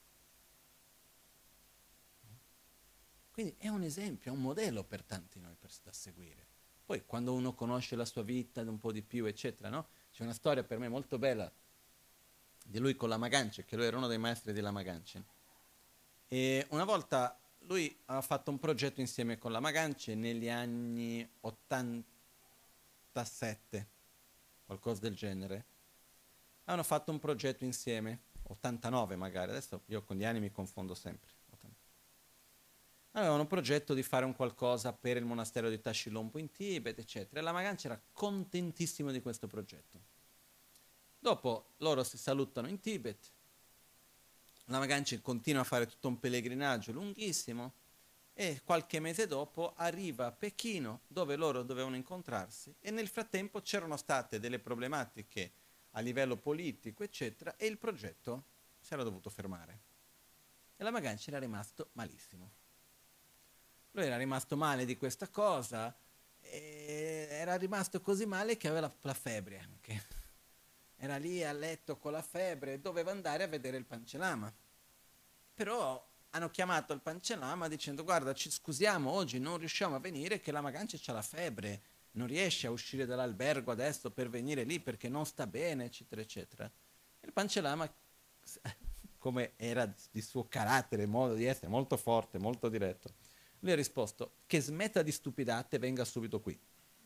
Quindi è un esempio, è un modello per tanti noi per, da seguire. Poi quando uno conosce la sua vita un po' di più, eccetera, no? C'è una storia per me molto bella di lui con Lama Ganchen, che lui era uno dei maestri di Lama Ganchen. E una volta lui ha fatto un progetto insieme con Lama Ganchen negli anni ottantasette, qualcosa del genere. Hanno fatto un progetto insieme, ottantanove magari, adesso io con gli anni mi confondo sempre. Avevano un progetto di fare un qualcosa per il monastero di Tashi Lhompo in Tibet, eccetera. E Lama Ganchen era contentissimo di questo progetto. Dopo loro si salutano in Tibet, Lama Ganchen continua a fare tutto un pellegrinaggio lunghissimo e qualche mese dopo arriva a Pechino dove loro dovevano incontrarsi e nel frattempo c'erano state delle problematiche a livello politico, eccetera, e il progetto si era dovuto fermare. E Lama Ganchen era rimasto malissimo. Lui era rimasto male di questa cosa e era rimasto così male che aveva la, la febbre anche. Era lì a letto con la febbre, doveva andare a vedere il Panchelama. Però hanno chiamato il Panchelama dicendo guarda ci scusiamo oggi non riusciamo a venire che Lama Ganchen c'ha la febbre, non riesce a uscire dall'albergo adesso per venire lì perché non sta bene, eccetera, eccetera. E il Panchelama, come era di suo carattere, modo di essere, molto forte, molto diretto, lui ha risposto che smetta di stupidate e venga subito qui.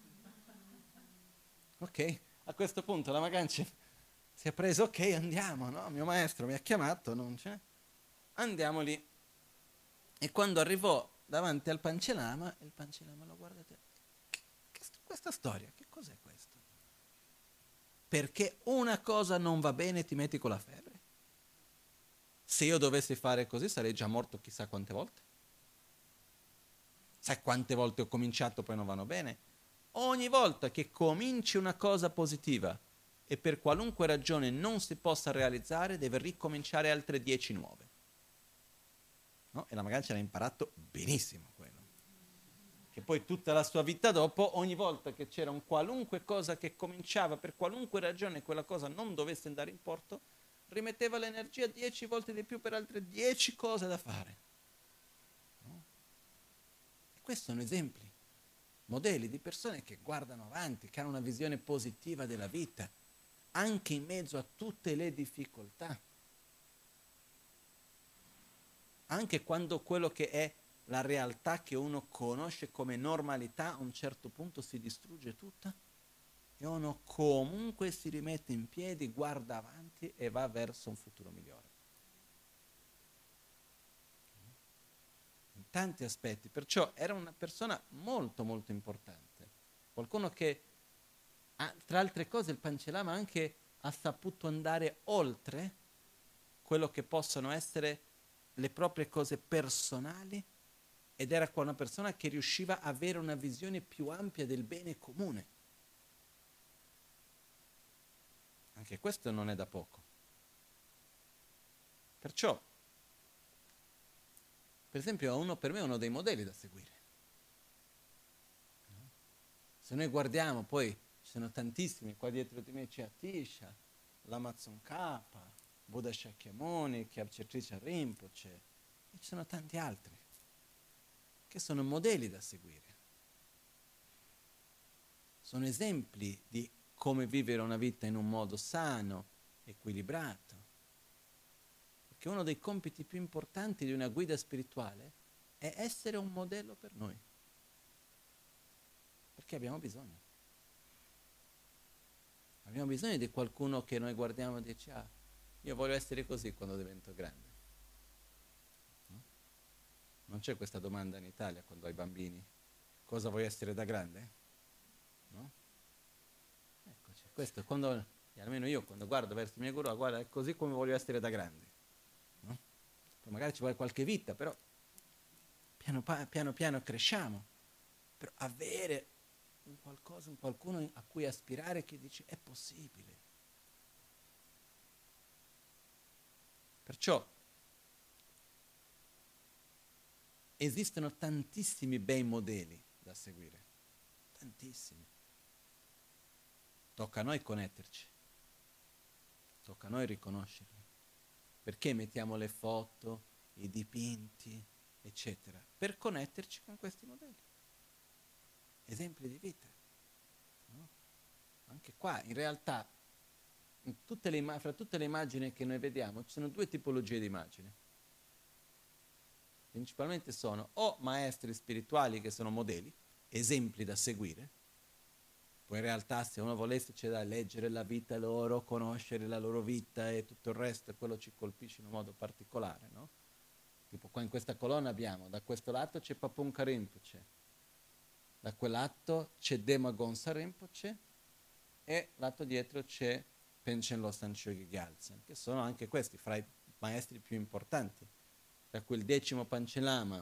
Ok, a questo punto Lama Ganchen si è preso, ok, andiamo, no? Mio maestro mi ha chiamato, non c'è. Andiamo lì. E quando arrivò davanti al Panchelama, il Panchelama lo guarda e dice, che, che, questa storia, che cos'è questo? Perché una cosa non va bene e ti metti con la febbre? Se io dovessi fare così sarei già morto chissà quante volte. Sai quante volte ho cominciato e poi non vanno bene? Ogni volta che cominci una cosa positiva e per qualunque ragione non si possa realizzare, deve ricominciare altre dieci nuove. No? E la magari ce l'ha imparato benissimo quello. Che poi tutta la sua vita dopo, ogni volta che c'era un qualunque cosa che cominciava, per qualunque ragione quella cosa non dovesse andare in porto, rimetteva l'energia dieci volte di più per altre dieci cose da fare. No? E questi sono esempi, modelli di persone che guardano avanti, che hanno una visione positiva della vita, anche in mezzo a tutte le difficoltà. Anche quando quello che è la realtà che uno conosce come normalità a un certo punto si distrugge tutta e uno comunque si rimette in piedi, guarda avanti e va verso un futuro migliore. In tanti aspetti, perciò era una persona molto molto importante, qualcuno che tra altre cose il Panchelama anche ha saputo andare oltre quello che possono essere le proprie cose personali ed era una persona che riusciva a avere una visione più ampia del bene comune. Anche questo non è da poco. Perciò, per esempio, uno, per me è uno dei modelli da seguire. Se noi guardiamo, poi ci sono tantissimi, qua dietro di me c'è Atisha, Lama Tsongkhapa, Buddha Shakyamuni, Kyabche Rinpoche, Rinpoche, e ci sono tanti altri che sono modelli da seguire. Sono esempi di come vivere una vita in un modo sano, equilibrato. Perché uno dei compiti più importanti di una guida spirituale è essere un modello per noi. Perché abbiamo bisogno. Abbiamo bisogno di qualcuno che noi guardiamo e dice, ah, io voglio essere così quando divento grande. No? Non c'è questa domanda in Italia quando hai bambini. Cosa vuoi essere da grande? No? Eccoci. Questo quando, almeno io quando guardo verso i miei guru, guarda, è così come voglio essere da grande. No? magari ci vuole qualche vita, però piano piano, piano cresciamo, per avere un qualcosa, un qualcuno a cui aspirare che dice è possibile. Perciò esistono tantissimi bei modelli da seguire, tantissimi. Tocca a noi connetterci, tocca a noi riconoscerli. Perché mettiamo le foto, i dipinti, eccetera? Per connetterci con questi modelli. Esempi di vita. No? Anche qua, in realtà, in tutte le, fra tutte le immagini che noi vediamo, ci sono due tipologie di immagini. Principalmente sono o maestri spirituali che sono modelli, esempi da seguire. Poi in realtà se uno volesse c'è da leggere la vita loro, conoscere la loro vita e tutto il resto, e quello ci colpisce in un modo particolare, no? Tipo qua in questa colonna abbiamo, da questo lato c'è Papunka Rinpoche, da quel lato c'è Dema Gonsa Rinpoche e lato dietro c'è Panchen Losang Chogi Gyaltsen, che sono anche questi fra i maestri più importanti. Da quel decimo Panchen Lama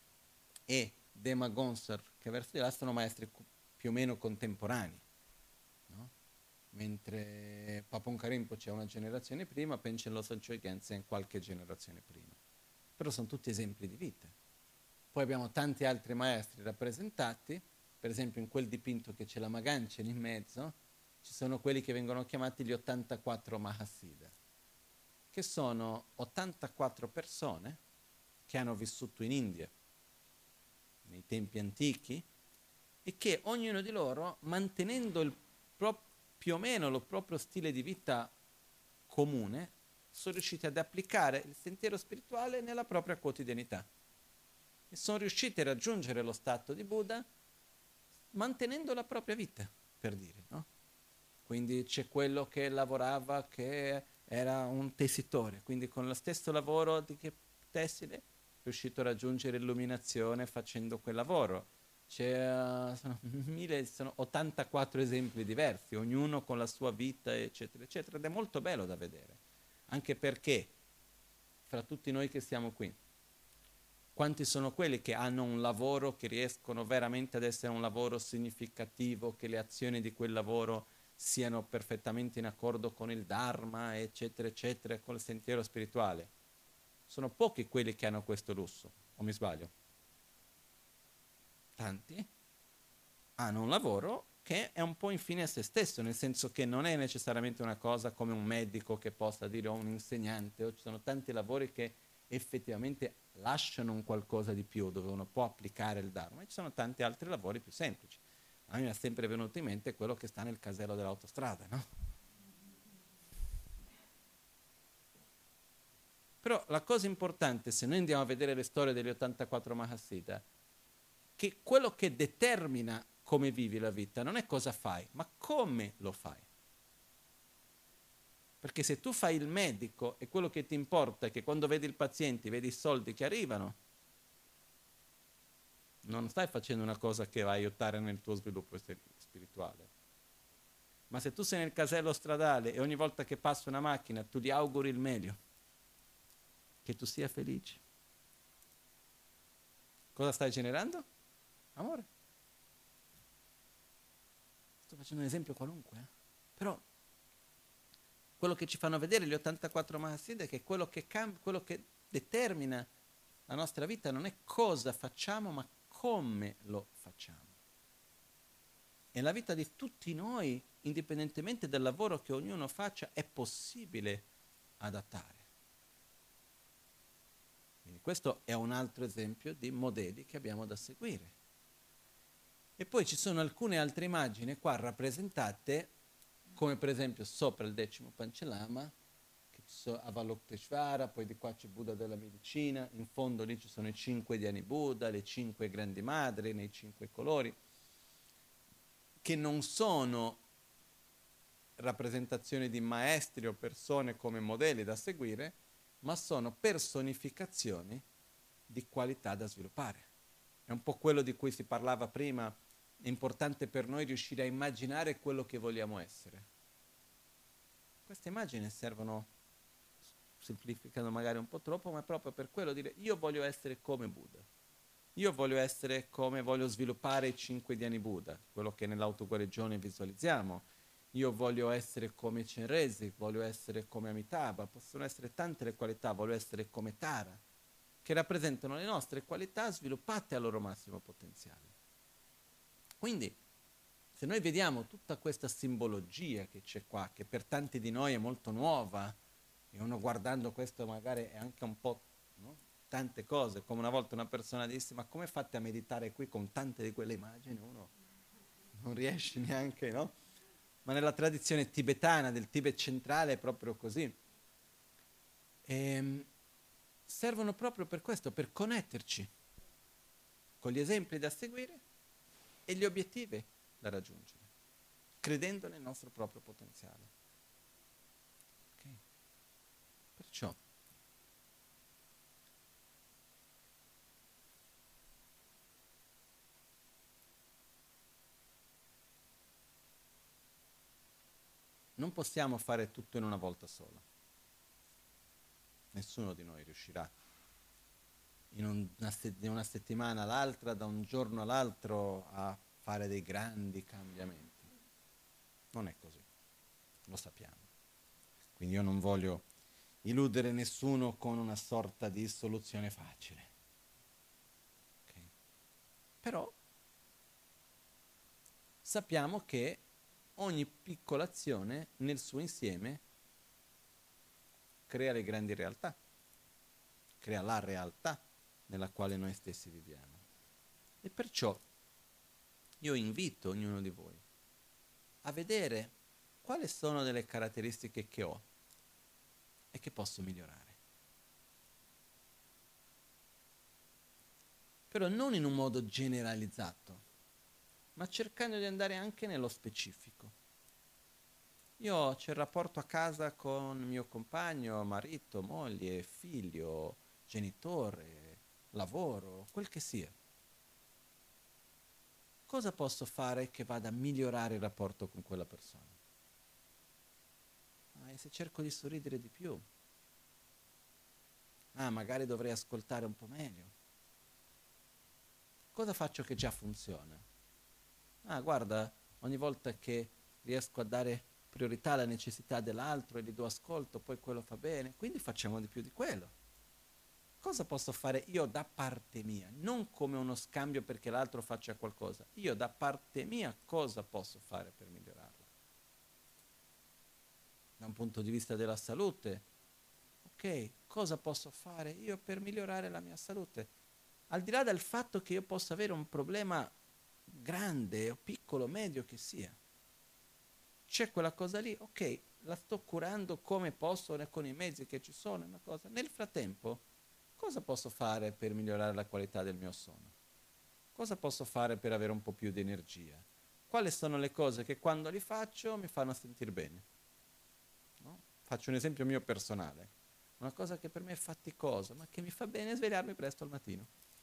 e Dema Gonsa, che verso di là sono maestri più o meno contemporanei, no? Mentre Papunka Rinpoche è una generazione prima, Panchen Losang Chogi Gyaltsen qualche generazione prima. Però sono tutti esempi di vita. Poi abbiamo tanti altri maestri rappresentati, per esempio in quel dipinto che c'è la Maganchen in mezzo, ci sono quelli che vengono chiamati gli ottantaquattro Mahasiddha, che sono ottantaquattro persone che hanno vissuto in India nei tempi antichi e che ognuno di loro, mantenendo il pro- più o meno lo proprio stile di vita comune, sono riusciti ad applicare il sentiero spirituale nella propria quotidianità e sono riusciti a raggiungere lo stato di Buddha mantenendo la propria vita, per dire, no? Quindi c'è quello che lavorava, che era un tessitore, quindi con lo stesso lavoro di che tessile è riuscito a raggiungere l'illuminazione facendo quel lavoro. C'è, uh, sono, mille, sono ottantaquattro esempi diversi, ognuno con la sua vita, eccetera, eccetera, ed è molto bello da vedere. Anche perché, fra tutti noi che siamo qui, quanti sono quelli che hanno un lavoro, che riescono veramente ad essere un lavoro significativo, che le azioni di quel lavoro siano perfettamente in accordo con il Dharma, eccetera, eccetera, con il sentiero spirituale? Sono pochi quelli che hanno questo lusso, o mi sbaglio? Tanti hanno un lavoro che è un po' infine a se stesso, nel senso che non è necessariamente una cosa come un medico che possa dire o un insegnante, o ci sono tanti lavori che effettivamente lasciano un qualcosa di più, dove uno può applicare il Dharma, e ci sono tanti altri lavori più semplici. A me mi è sempre venuto in mente quello che sta nel casello dell'autostrada, no? Però la cosa importante, se noi andiamo a vedere le storie degli ottantaquattro Mahasiddha, che quello che determina come vivi la vita non è cosa fai, ma come lo fai. Perché se tu fai il medico e quello che ti importa è che quando vedi il paziente, vedi i soldi che arrivano, non stai facendo una cosa che va a aiutare nel tuo sviluppo spirituale. Ma se tu sei nel casello stradale e ogni volta che passa una macchina tu gli auguri il meglio, che tu sia felice, cosa stai generando? Amore. Sto facendo un esempio qualunque, eh? Però quello che ci fanno vedere gli ottantaquattro Mahasiddha è che quello che, cam- quello che determina la nostra vita non è cosa facciamo, ma come lo facciamo. E la vita di tutti noi, indipendentemente dal lavoro che ognuno faccia, è possibile adattare. Quindi questo è un altro esempio di modelli che abbiamo da seguire. E poi ci sono alcune altre immagini qua rappresentate, come per esempio sopra il decimo Panchen Lama, che ci sono Avalokiteshvara, poi di qua c'è Buddha della medicina, in fondo lì ci sono i cinque Dhyani Buddha, le cinque grandi madri nei cinque colori, che non sono rappresentazioni di maestri o persone come modelli da seguire, ma sono personificazioni di qualità da sviluppare. È un po' quello di cui si parlava prima, è importante per noi riuscire a immaginare quello che vogliamo essere. Queste immagini servono, semplificando magari un po' troppo, ma è proprio per quello dire io voglio essere come Buddha. Io voglio essere come voglio sviluppare i cinque dhyani Buddha, quello che nell'autoguarigione visualizziamo. Io voglio essere come Chenrezig, voglio essere come Amitabha, possono essere tante le qualità, voglio essere come Tara, che rappresentano le nostre qualità sviluppate al loro massimo potenziale. Quindi, se noi vediamo tutta questa simbologia che c'è qua, che per tanti di noi è molto nuova, e uno guardando questo magari è anche un po', no? Tante cose, come una volta una persona disse, ma come fate a meditare qui con tante di quelle immagini? Uno non riesce neanche, no? Ma nella tradizione tibetana, del Tibet centrale, è proprio così. E servono proprio per questo, per connetterci con gli esempi da seguire e gli obiettivi da raggiungere, credendo nel nostro proprio potenziale. Okay. Perciò non possiamo fare tutto in una volta sola. Nessuno di noi riuscirà in una, se- in una settimana all'altra, da un giorno all'altro, a fare dei grandi cambiamenti. Non è così, lo sappiamo. Quindi io non voglio illudere nessuno con una sorta di soluzione facile. Okay? Però sappiamo che ogni piccola azione nel suo insieme crea le grandi realtà, crea la realtà nella quale noi stessi viviamo. E perciò io invito ognuno di voi a vedere quali sono delle caratteristiche che ho e che posso migliorare. Però non in un modo generalizzato, ma cercando di andare anche nello specifico. Io c'è il rapporto a casa con mio compagno, marito, moglie, figlio, genitore, lavoro, quel che sia. Cosa posso fare che vada a migliorare il rapporto con quella persona? Ah, e se cerco di sorridere di più? Ah, magari dovrei ascoltare un po' meglio. Cosa faccio che già funziona? Ah, guarda, ogni volta che riesco a dare priorità alla necessità dell'altro e gli do ascolto, poi quello fa bene, quindi facciamo di più di quello. Cosa posso fare io da parte mia? Non come uno scambio perché l'altro faccia qualcosa. Io da parte mia cosa posso fare per migliorarla? Da un punto di vista della salute, ok, cosa posso fare io per migliorare la mia salute? Al di là del fatto che io possa avere un problema grande o piccolo, medio che sia, c'è quella cosa lì, ok, la sto curando come posso con i mezzi che ci sono, una cosa. Nel frattempo, cosa posso fare per migliorare la qualità del mio sonno? Cosa posso fare per avere un po' più di energia? Quali sono le cose che quando li faccio mi fanno sentire bene? No? Faccio un esempio mio personale. Una cosa che per me è faticosa, ma che mi fa bene svegliarmi presto al mattino.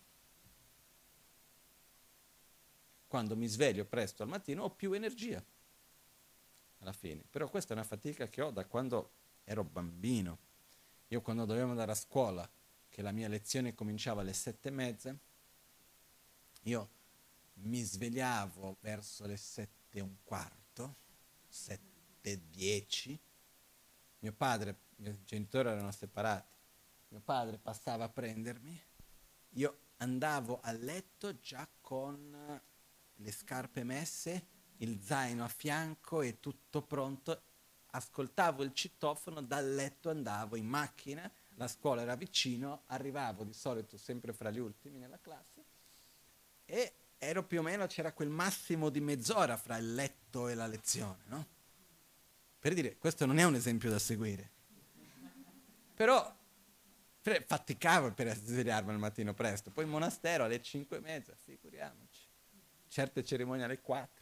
Quando mi sveglio presto al mattino ho più energia alla fine. Però questa è una fatica che ho da quando ero bambino. Io quando dovevo andare a scuola, che la mia lezione cominciava alle sette e mezza, io mi svegliavo verso le sette e un quarto, sette e dieci. Mio padre, i miei genitori erano separati. Mio padre passava a prendermi, io andavo a letto già con le scarpe messe, il zaino a fianco e tutto pronto. Ascoltavo il citofono, dal letto andavo in macchina, la scuola era vicino, arrivavo di solito sempre fra gli ultimi nella classe e ero più o meno, c'era quel massimo di mezz'ora fra il letto e la lezione, no? Per dire, questo non è un esempio da seguire. Però faticavo per svegliarmi al mattino presto, poi in monastero alle cinque e mezza, figuriamoci. Certe cerimonie alle quattro.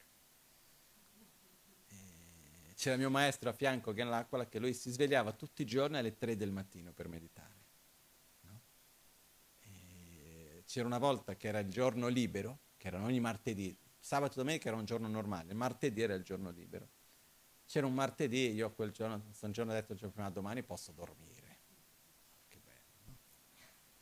E c'era mio maestro a fianco che era l'acqua, che lui si svegliava tutti i giorni alle tre del mattino per meditare. No? E c'era una volta che era il giorno libero, che erano ogni martedì, sabato e domenica era un giorno normale, il martedì era il giorno libero. C'era un martedì, io quel giorno, un giorno ho detto il giorno prima, domani posso dormire.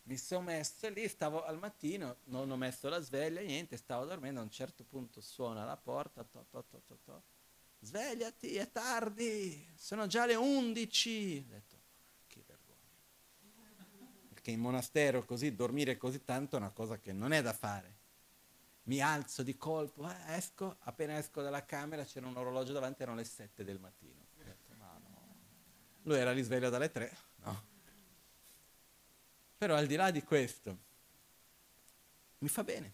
mi sono messo lì, stavo al mattino, non ho messo la sveglia, niente, stavo dormendo, a un certo punto suona la porta, to, to, to, to, to. Svegliati, è tardi, sono già le undici. Ho detto, che vergogna. Perché in monastero così, dormire così tanto è una cosa che non è da fare. Mi alzo di colpo, eh, esco, appena esco dalla camera c'era un orologio davanti, erano le sette del mattino. Ho detto, ma no. Lui era risveglio dalle tre, no. Però al di là di questo, mi fa bene.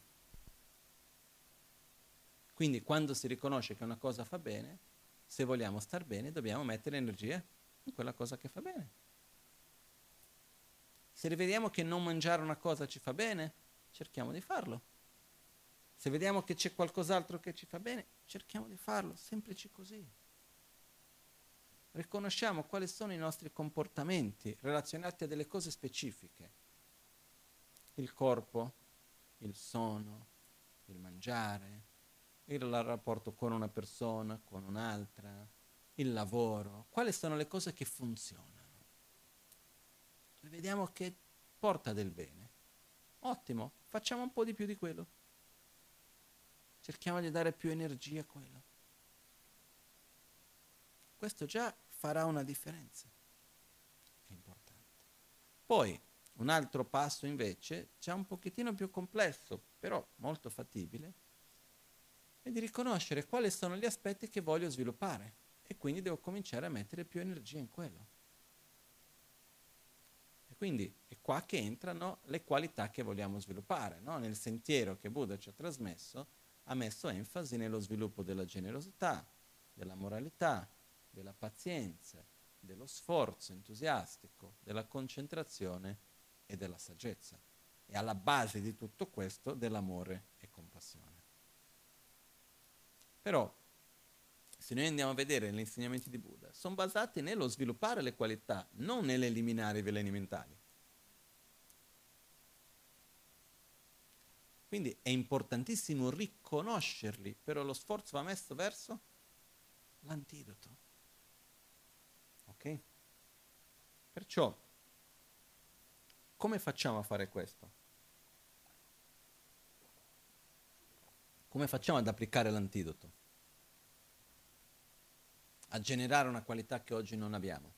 Quindi quando si riconosce che una cosa fa bene, se vogliamo star bene, dobbiamo mettere energia in quella cosa che fa bene. Se rivediamo che non mangiare una cosa ci fa bene, cerchiamo di farlo. Se vediamo che c'è qualcos'altro che ci fa bene, cerchiamo di farlo, semplice così. Riconosciamo quali sono i nostri comportamenti relazionati a delle cose specifiche. Il corpo, il sonno, il mangiare, il rapporto con una persona, con un'altra, il lavoro. Quali sono le cose che funzionano? E vediamo che porta del bene. Ottimo, facciamo un po' di più di quello. Cerchiamo di dare più energia a quello. Questo già farà una differenza. È importante. Poi, un altro passo invece, già un pochettino più complesso, però molto fattibile, è di riconoscere quali sono gli aspetti che voglio sviluppare e quindi devo cominciare a mettere più energia in quello. E quindi è qua che entrano le qualità che vogliamo sviluppare, no? Nel sentiero che Buddha ci ha trasmesso, ha messo enfasi nello sviluppo della generosità, della moralità, della pazienza, dello sforzo entusiastico, della concentrazione e della saggezza. E alla base di tutto questo dell'amore e compassione. Però, se noi andiamo a vedere gli insegnamenti di Buddha, sono basati nello sviluppare le qualità, non nell'eliminare i veleni mentali. Quindi è importantissimo riconoscerli, però lo sforzo va messo verso l'antidoto. Ok? Perciò, come facciamo a fare questo? Come facciamo ad applicare l'antidoto? A generare una qualità che oggi non abbiamo?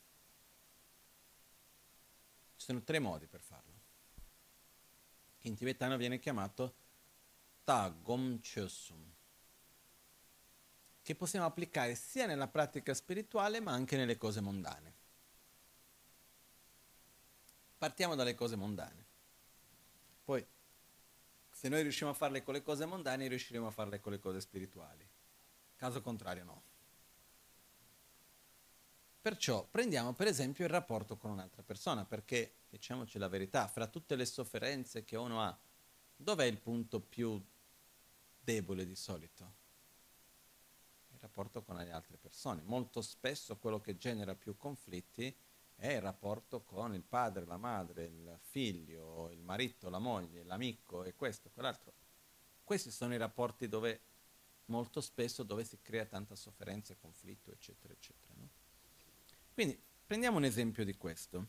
Ci sono tre modi per farlo, che in tibetano viene chiamato Ta Gom Chösum, che possiamo applicare sia nella pratica spirituale ma anche nelle cose mondane. Partiamo dalle cose mondane. Poi, se noi riusciamo a farle con le cose mondane, riusciremo a farle con le cose spirituali. Caso contrario no. Perciò prendiamo per esempio il rapporto con un'altra persona, perché, diciamoci la verità, fra tutte le sofferenze che uno ha, dov'è il punto più debole di solito? Il rapporto con le altre persone. Molto spesso quello che genera più conflitti è il rapporto con il padre, la madre, il figlio, il marito, la moglie, l'amico e questo, quell'altro. Questi sono i rapporti dove molto spesso dove si crea tanta sofferenza e conflitto, eccetera, eccetera. No? Quindi prendiamo un esempio di questo.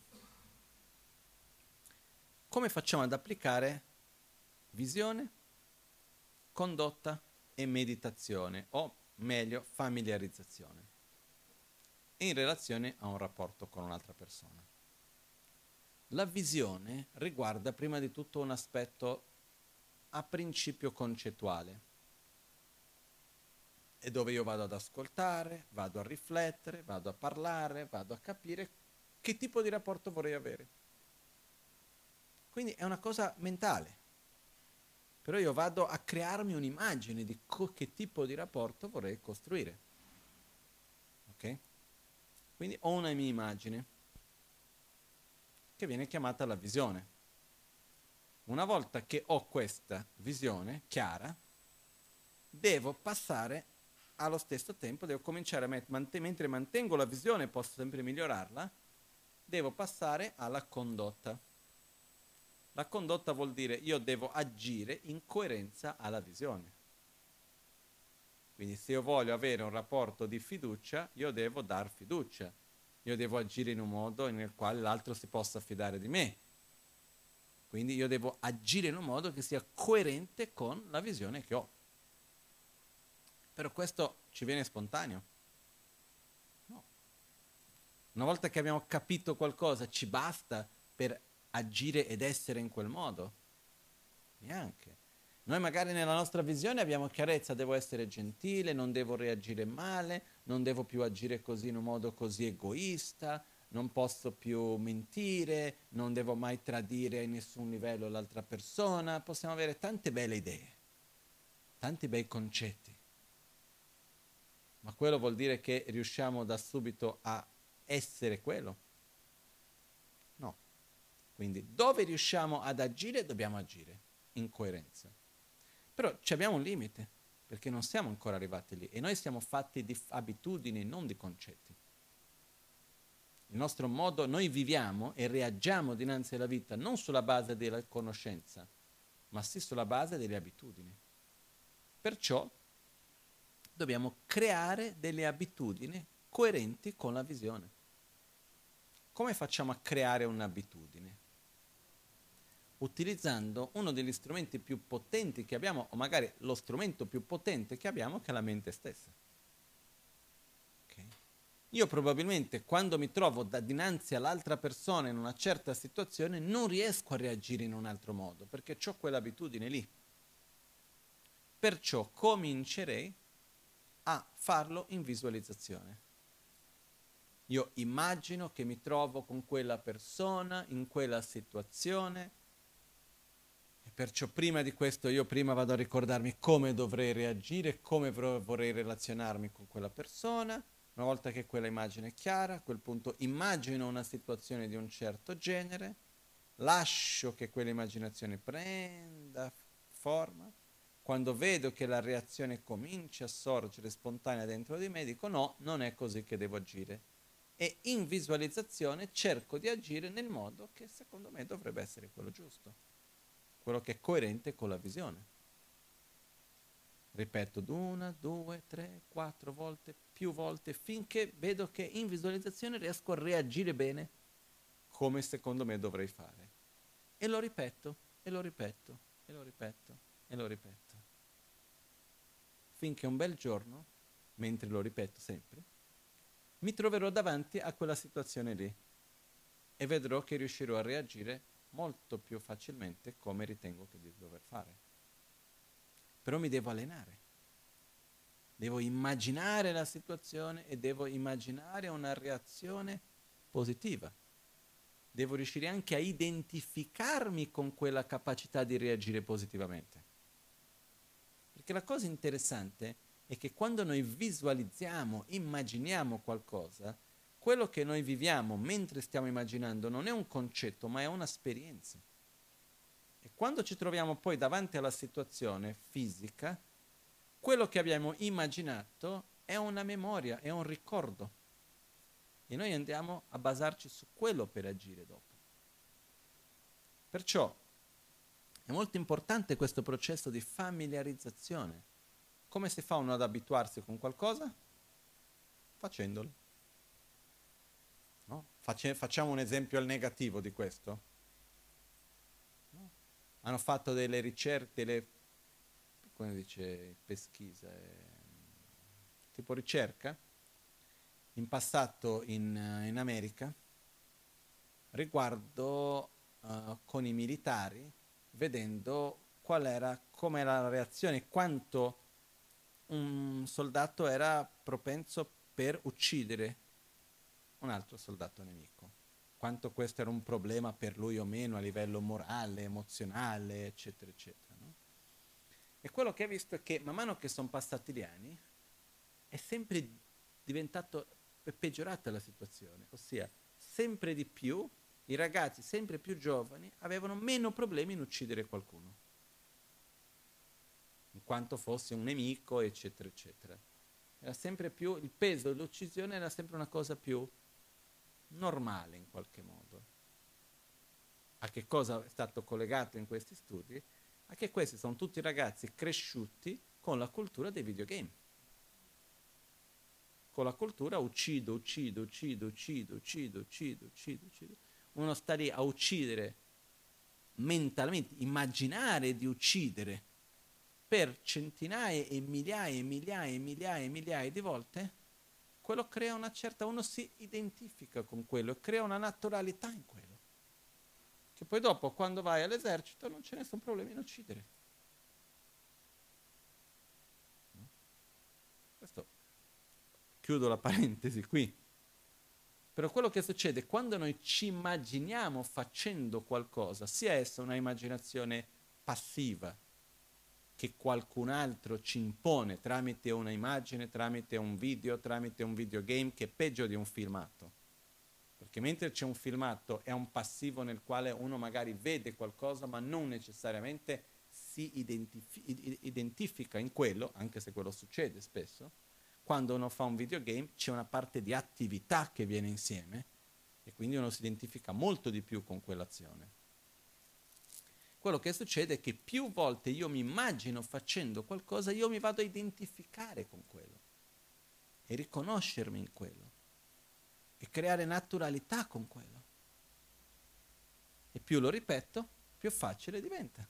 Come facciamo ad applicare visione, condotta e meditazione, o meglio familiarizzazione, in relazione a un rapporto con un'altra persona? La visione riguarda prima di tutto un aspetto a principio concettuale, è dove io vado ad ascoltare, vado a riflettere, vado a parlare, vado a capire che tipo di rapporto vorrei avere. Quindi è una cosa mentale, però io vado a crearmi un'immagine di co- che tipo di rapporto vorrei costruire. Ok? Quindi ho una mia immagine che viene chiamata la visione. Una volta che ho questa visione chiara, devo passare allo stesso tempo, devo cominciare a mettere, mentre mantengo la visione, posso sempre migliorarla, devo passare alla condotta. La condotta vuol dire io devo agire in coerenza alla visione. Quindi se io voglio avere un rapporto di fiducia, io devo dar fiducia. Io devo agire in un modo nel quale l'altro si possa fidare di me. Quindi io devo agire in un modo che sia coerente con la visione che ho. Però questo ci viene spontaneo. No. Una volta che abbiamo capito qualcosa, ci basta per agire ed essere in quel modo? Neanche. Noi magari nella nostra visione abbiamo chiarezza, devo essere gentile, non devo reagire male, non devo più agire così in un modo così egoista, non posso più mentire, non devo mai tradire a nessun livello l'altra persona. Possiamo avere tante belle idee, tanti bei concetti. Ma quello vuol dire che riusciamo da subito a essere quello? No. Quindi dove riusciamo ad agire, dobbiamo agire in coerenza. Però ci abbiamo un limite, perché non siamo ancora arrivati lì e noi siamo fatti di abitudini, non di concetti. Il nostro modo, noi viviamo e reagiamo dinanzi alla vita non sulla base della conoscenza, ma sì sulla base delle abitudini. Perciò dobbiamo creare delle abitudini coerenti con la visione. Come facciamo a creare un'abitudine? Utilizzando uno degli strumenti più potenti che abbiamo, o magari lo strumento più potente che abbiamo, che è la mente stessa. Okay? Io probabilmente quando mi trovo da dinanzi all'altra persona in una certa situazione non riesco a reagire in un altro modo, perché ho quell'abitudine lì. Perciò comincerei a farlo in visualizzazione. Io immagino che mi trovo con quella persona in quella situazione e perciò prima di questo io prima vado a ricordarmi come dovrei reagire, come vorrei relazionarmi con quella persona. Una volta che quella immagine è chiara, a quel punto immagino una situazione di un certo genere, lascio che quell'immaginazione prenda forma. Quando vedo che la reazione comincia a sorgere spontanea dentro di me, dico no, non è così che devo agire. E in visualizzazione cerco di agire nel modo che secondo me dovrebbe essere quello giusto, quello che è coerente con la visione. Ripeto una, due, tre, quattro volte, più volte, finché vedo che in visualizzazione riesco a reagire bene come secondo me dovrei fare. E lo ripeto, e lo ripeto, e lo ripeto, e lo ripeto. Finché un bel giorno, mentre lo ripeto sempre, mi troverò davanti a quella situazione lì e vedrò che riuscirò a reagire molto più facilmente come ritengo che di dover fare. Però mi devo allenare. Devo immaginare la situazione e devo immaginare una reazione positiva. Devo riuscire anche a identificarmi con quella capacità di reagire positivamente. Perché la cosa interessante è che quando noi visualizziamo, immaginiamo qualcosa, quello che noi viviamo mentre stiamo immaginando non è un concetto, ma è un'esperienza. E quando ci troviamo poi davanti alla situazione fisica, quello che abbiamo immaginato è una memoria, è un ricordo. E noi andiamo a basarci su quello per agire dopo. Perciò è molto importante questo processo di familiarizzazione. Come si fa uno ad abituarsi con qualcosa? Facendolo. No? Face- facciamo un esempio al negativo di questo. No? Hanno fatto delle ricerche, delle, come dice Pesquisa, eh, tipo ricerca, in passato in, in America, riguardo uh, con i militari, vedendo qual era, come era la reazione, quanto un soldato era propenso per uccidere un altro soldato nemico, quanto questo era un problema per lui o meno a livello morale, emozionale, eccetera, eccetera. No? E quello che ha visto è che man mano che sono passati gli anni è sempre diventato peggiorata la situazione, ossia sempre di più i ragazzi sempre più giovani avevano meno problemi in uccidere qualcuno, in quanto fosse un nemico, eccetera, eccetera. Era sempre più, il peso dell'uccisione era sempre una cosa più normale in qualche modo. A che cosa è stato collegato in questi studi? A che questi sono tutti ragazzi cresciuti con la cultura dei videogame. Con la cultura uccido, uccido, uccido, uccido, uccido, uccido, uccido, uccido. Uno sta lì a uccidere mentalmente, immaginare di uccidere per centinaia e migliaia e migliaia e migliaia e migliaia di volte, quello crea una certa, uno si identifica con quello, crea una naturalità in quello, che poi dopo quando vai all'esercito non c'è nessun problema in uccidere. Questo, chiudo la parentesi qui. Però quello che succede quando noi ci immaginiamo facendo qualcosa, sia essa una immaginazione passiva, che qualcun altro ci impone tramite una immagine, tramite un video, tramite un videogame, che è peggio di un filmato. Perché mentre c'è un filmato è un passivo nel quale uno magari vede qualcosa, ma non necessariamente si identifi- identifica in quello, anche se quello succede spesso. Quando uno fa un videogame c'è una parte di attività che viene insieme e quindi uno si identifica molto di più con quell'azione. Quello che succede è che più volte io mi immagino facendo qualcosa, io mi vado a identificare con quello e riconoscermi in quello e creare naturalità con quello. E più lo ripeto, più facile diventa.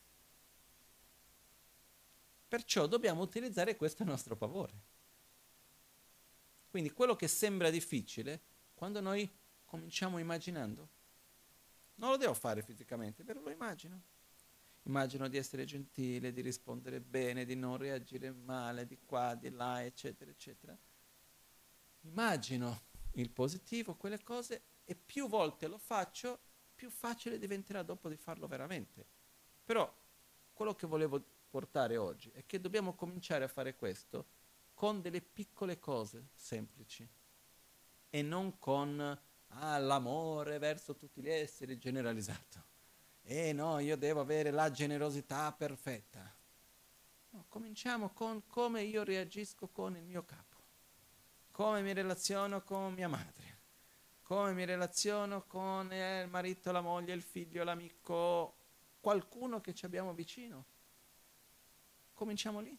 Perciò dobbiamo utilizzare questo a nostro favore. Quindi quello che sembra difficile, quando noi cominciamo immaginando, non lo devo fare fisicamente, però lo immagino. Immagino di essere gentile, di rispondere bene, di non reagire male, di qua, di là, eccetera, eccetera. Immagino il positivo, quelle cose, e più volte lo faccio, più facile diventerà dopo di farlo veramente. Però quello che volevo portare oggi è che dobbiamo cominciare a fare questo con delle piccole cose semplici e non con ah, l'amore verso tutti gli esseri generalizzato. Eh no, io devo avere la generosità perfetta. No, cominciamo con come io reagisco con il mio capo, come mi relaziono con mia madre, come mi relaziono con il marito, la moglie, il figlio, l'amico, qualcuno che ci abbiamo vicino. Cominciamo lì.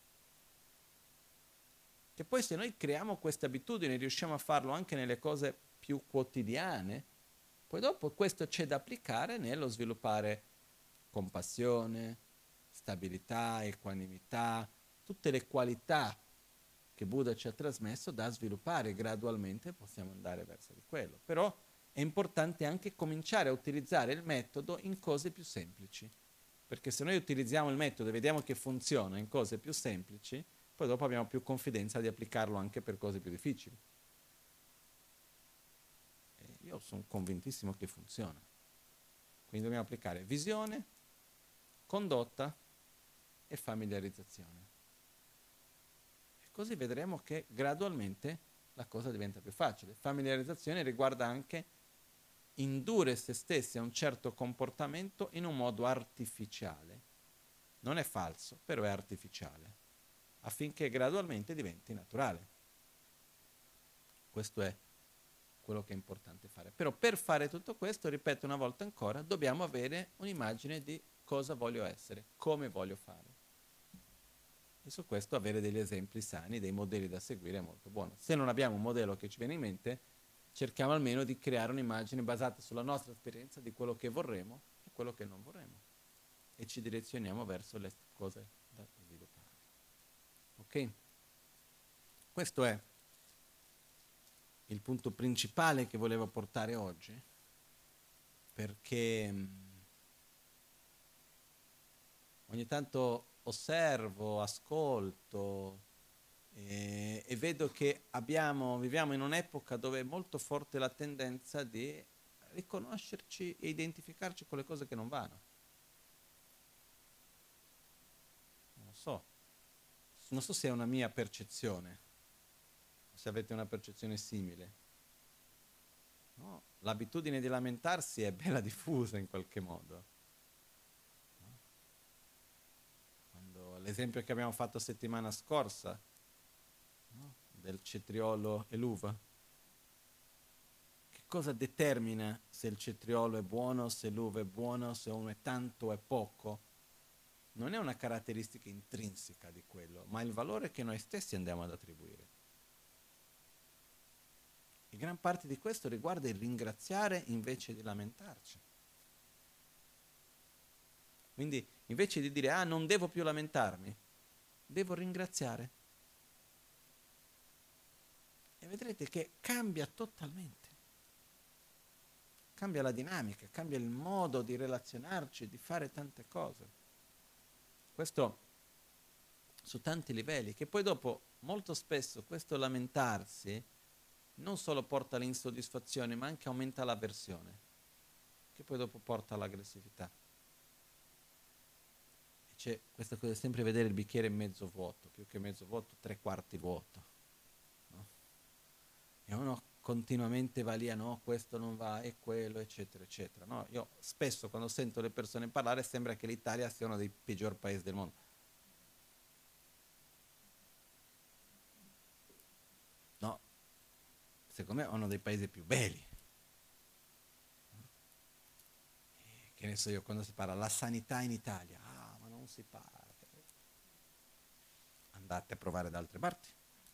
Che poi se noi creiamo queste abitudini, riusciamo a farlo anche nelle cose più quotidiane, poi dopo questo c'è da applicare nello sviluppare compassione, stabilità, equanimità, tutte le qualità che Buddha ci ha trasmesso da sviluppare gradualmente, possiamo andare verso di quello. Però è importante anche cominciare a utilizzare il metodo in cose più semplici, perché se noi utilizziamo il metodo e vediamo che funziona in cose più semplici, poi dopo abbiamo più confidenza di applicarlo anche per cose più difficili. E io sono convintissimo che funziona. Quindi dobbiamo applicare visione, condotta e familiarizzazione. E così vedremo che gradualmente la cosa diventa più facile. Familiarizzazione riguarda anche indurre se stessi a un certo comportamento in un modo artificiale. Non è falso, però è artificiale, affinché gradualmente diventi naturale. Questo è quello che è importante fare. Però per fare tutto questo, ripeto una volta ancora, dobbiamo avere un'immagine di cosa voglio essere, come voglio fare. E su questo avere degli esempi sani, dei modelli da seguire è molto buono. Se non abbiamo un modello che ci viene in mente, cerchiamo almeno di creare un'immagine basata sulla nostra esperienza di quello che vorremmo e quello che non vorremmo. E ci direzioniamo verso le cose da sviluppare. Ok? Questo è il punto principale che volevo portare oggi, perché ogni tanto osservo, ascolto e, e vedo che abbiamo, viviamo in un'epoca dove è molto forte la tendenza di riconoscerci e identificarci con le cose che non vanno. Non so, non so se è una mia percezione, se avete una percezione simile. No? L'abitudine di lamentarsi è bella diffusa in qualche modo. No? Quando, l'esempio che abbiamo fatto settimana scorsa, no? Del cetriolo e l'uva. Che cosa determina se il cetriolo è buono, se l'uva è buona, se uno è tanto o è poco? Non è una caratteristica intrinseca di quello, ma il valore che noi stessi andiamo ad attribuire. E gran parte di questo riguarda il ringraziare invece di lamentarci. Quindi invece di dire ah non devo più lamentarmi, devo ringraziare. E vedrete che cambia totalmente. Cambia la dinamica, cambia il modo di relazionarci, di fare tante cose. Questo su tanti livelli, che poi dopo molto spesso questo lamentarsi non solo porta all'insoddisfazione, ma anche aumenta l'avversione, che poi dopo porta all'aggressività. E c'è questa cosa, sempre vedere il bicchiere mezzo vuoto, più che mezzo vuoto, tre quarti vuoto. No? E uno continuamente va lì a no, questo non va, e quello, eccetera, eccetera. No? Io spesso quando sento le persone parlare sembra che l'Italia sia uno dei peggior paesi del mondo. No, secondo me è uno dei paesi più belli. E che ne so io, quando si parla la sanità in Italia, ah, ma non si parla. Andate a provare da altre parti.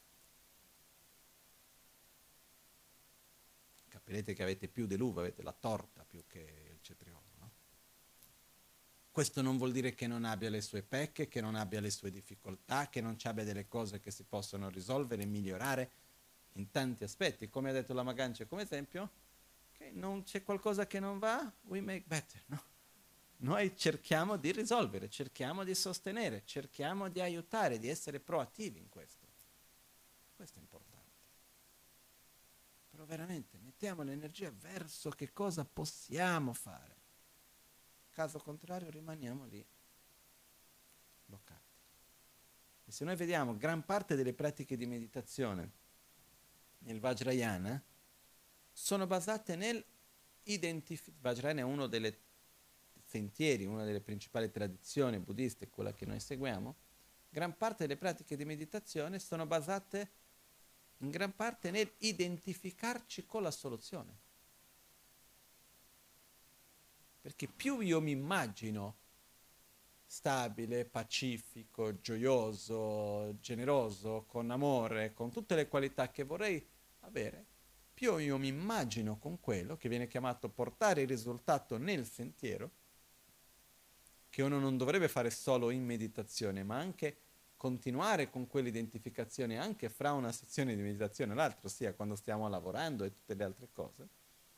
Capirete che avete più dell'uva, avete la torta più che il cetriolo, no? Questo non vuol dire che non abbia le sue pecche, che non abbia le sue difficoltà, che non ci abbia delle cose che si possono risolvere e migliorare in tanti aspetti. Come ha detto la Magancia come esempio, che non c'è qualcosa che non va, we make better, no? Noi cerchiamo di risolvere, cerchiamo di sostenere, cerchiamo di aiutare, di essere proattivi in questo. Questo è importante. Però veramente mettiamo l'energia verso che cosa possiamo fare. Caso contrario rimaniamo lì bloccati. E se noi vediamo gran parte delle pratiche di meditazione nel Vajrayana sono basate nel identificare. Vajrayana è uno dei sentieri, una delle principali tradizioni buddiste, quella che noi seguiamo. Gran parte delle pratiche di meditazione sono basate in gran parte nel identificarci con la soluzione. Perché più io mi immagino stabile, pacifico, gioioso, generoso, con amore, con tutte le qualità che vorrei avere, più io mi immagino con quello che viene chiamato portare il risultato nel sentiero, che uno non dovrebbe fare solo in meditazione, ma anche continuare con quell'identificazione anche fra una sezione di meditazione e l'altra, ossia quando stiamo lavorando e tutte le altre cose,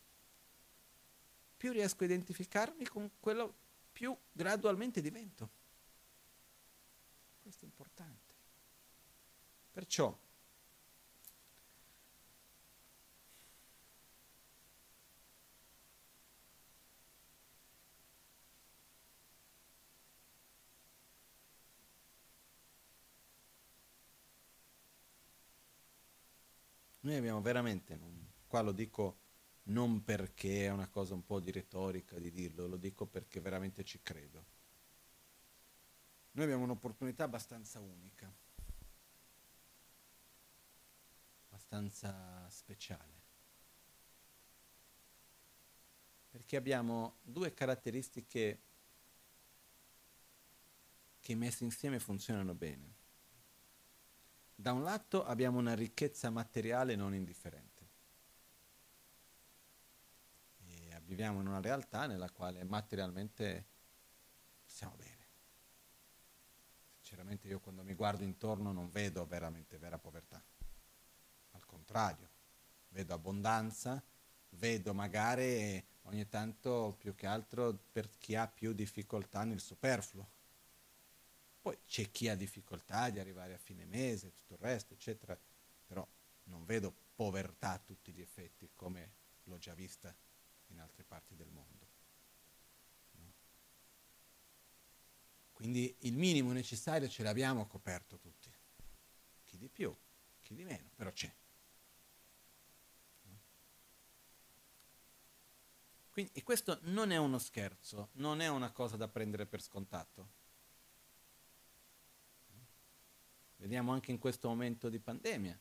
più riesco a identificarmi con quello, più gradualmente divento. Questo è importante. Perciò noi abbiamo veramente, non, qua lo dico non perché è una cosa un po' di retorica di dirlo, lo dico perché veramente ci credo. Noi abbiamo un'opportunità abbastanza unica, abbastanza speciale, perché abbiamo due caratteristiche che messe insieme funzionano bene. Da un lato abbiamo una ricchezza materiale non indifferente e viviamo in una realtà nella quale materialmente stiamo bene. Sinceramente io quando mi guardo intorno non vedo veramente vera povertà, al contrario, vedo abbondanza, vedo magari ogni tanto più che altro per chi ha più difficoltà nel superfluo. Poi c'è chi ha difficoltà di arrivare a fine mese, tutto il resto, eccetera, però non vedo povertà a tutti gli effetti come l'ho già vista in altre parti del mondo. No? Quindi il minimo necessario ce l'abbiamo coperto tutti, chi di più, chi di meno, però c'è. No? Quindi, e questo non è uno scherzo, non è una cosa da prendere per scontato. Vediamo anche in questo momento di pandemia.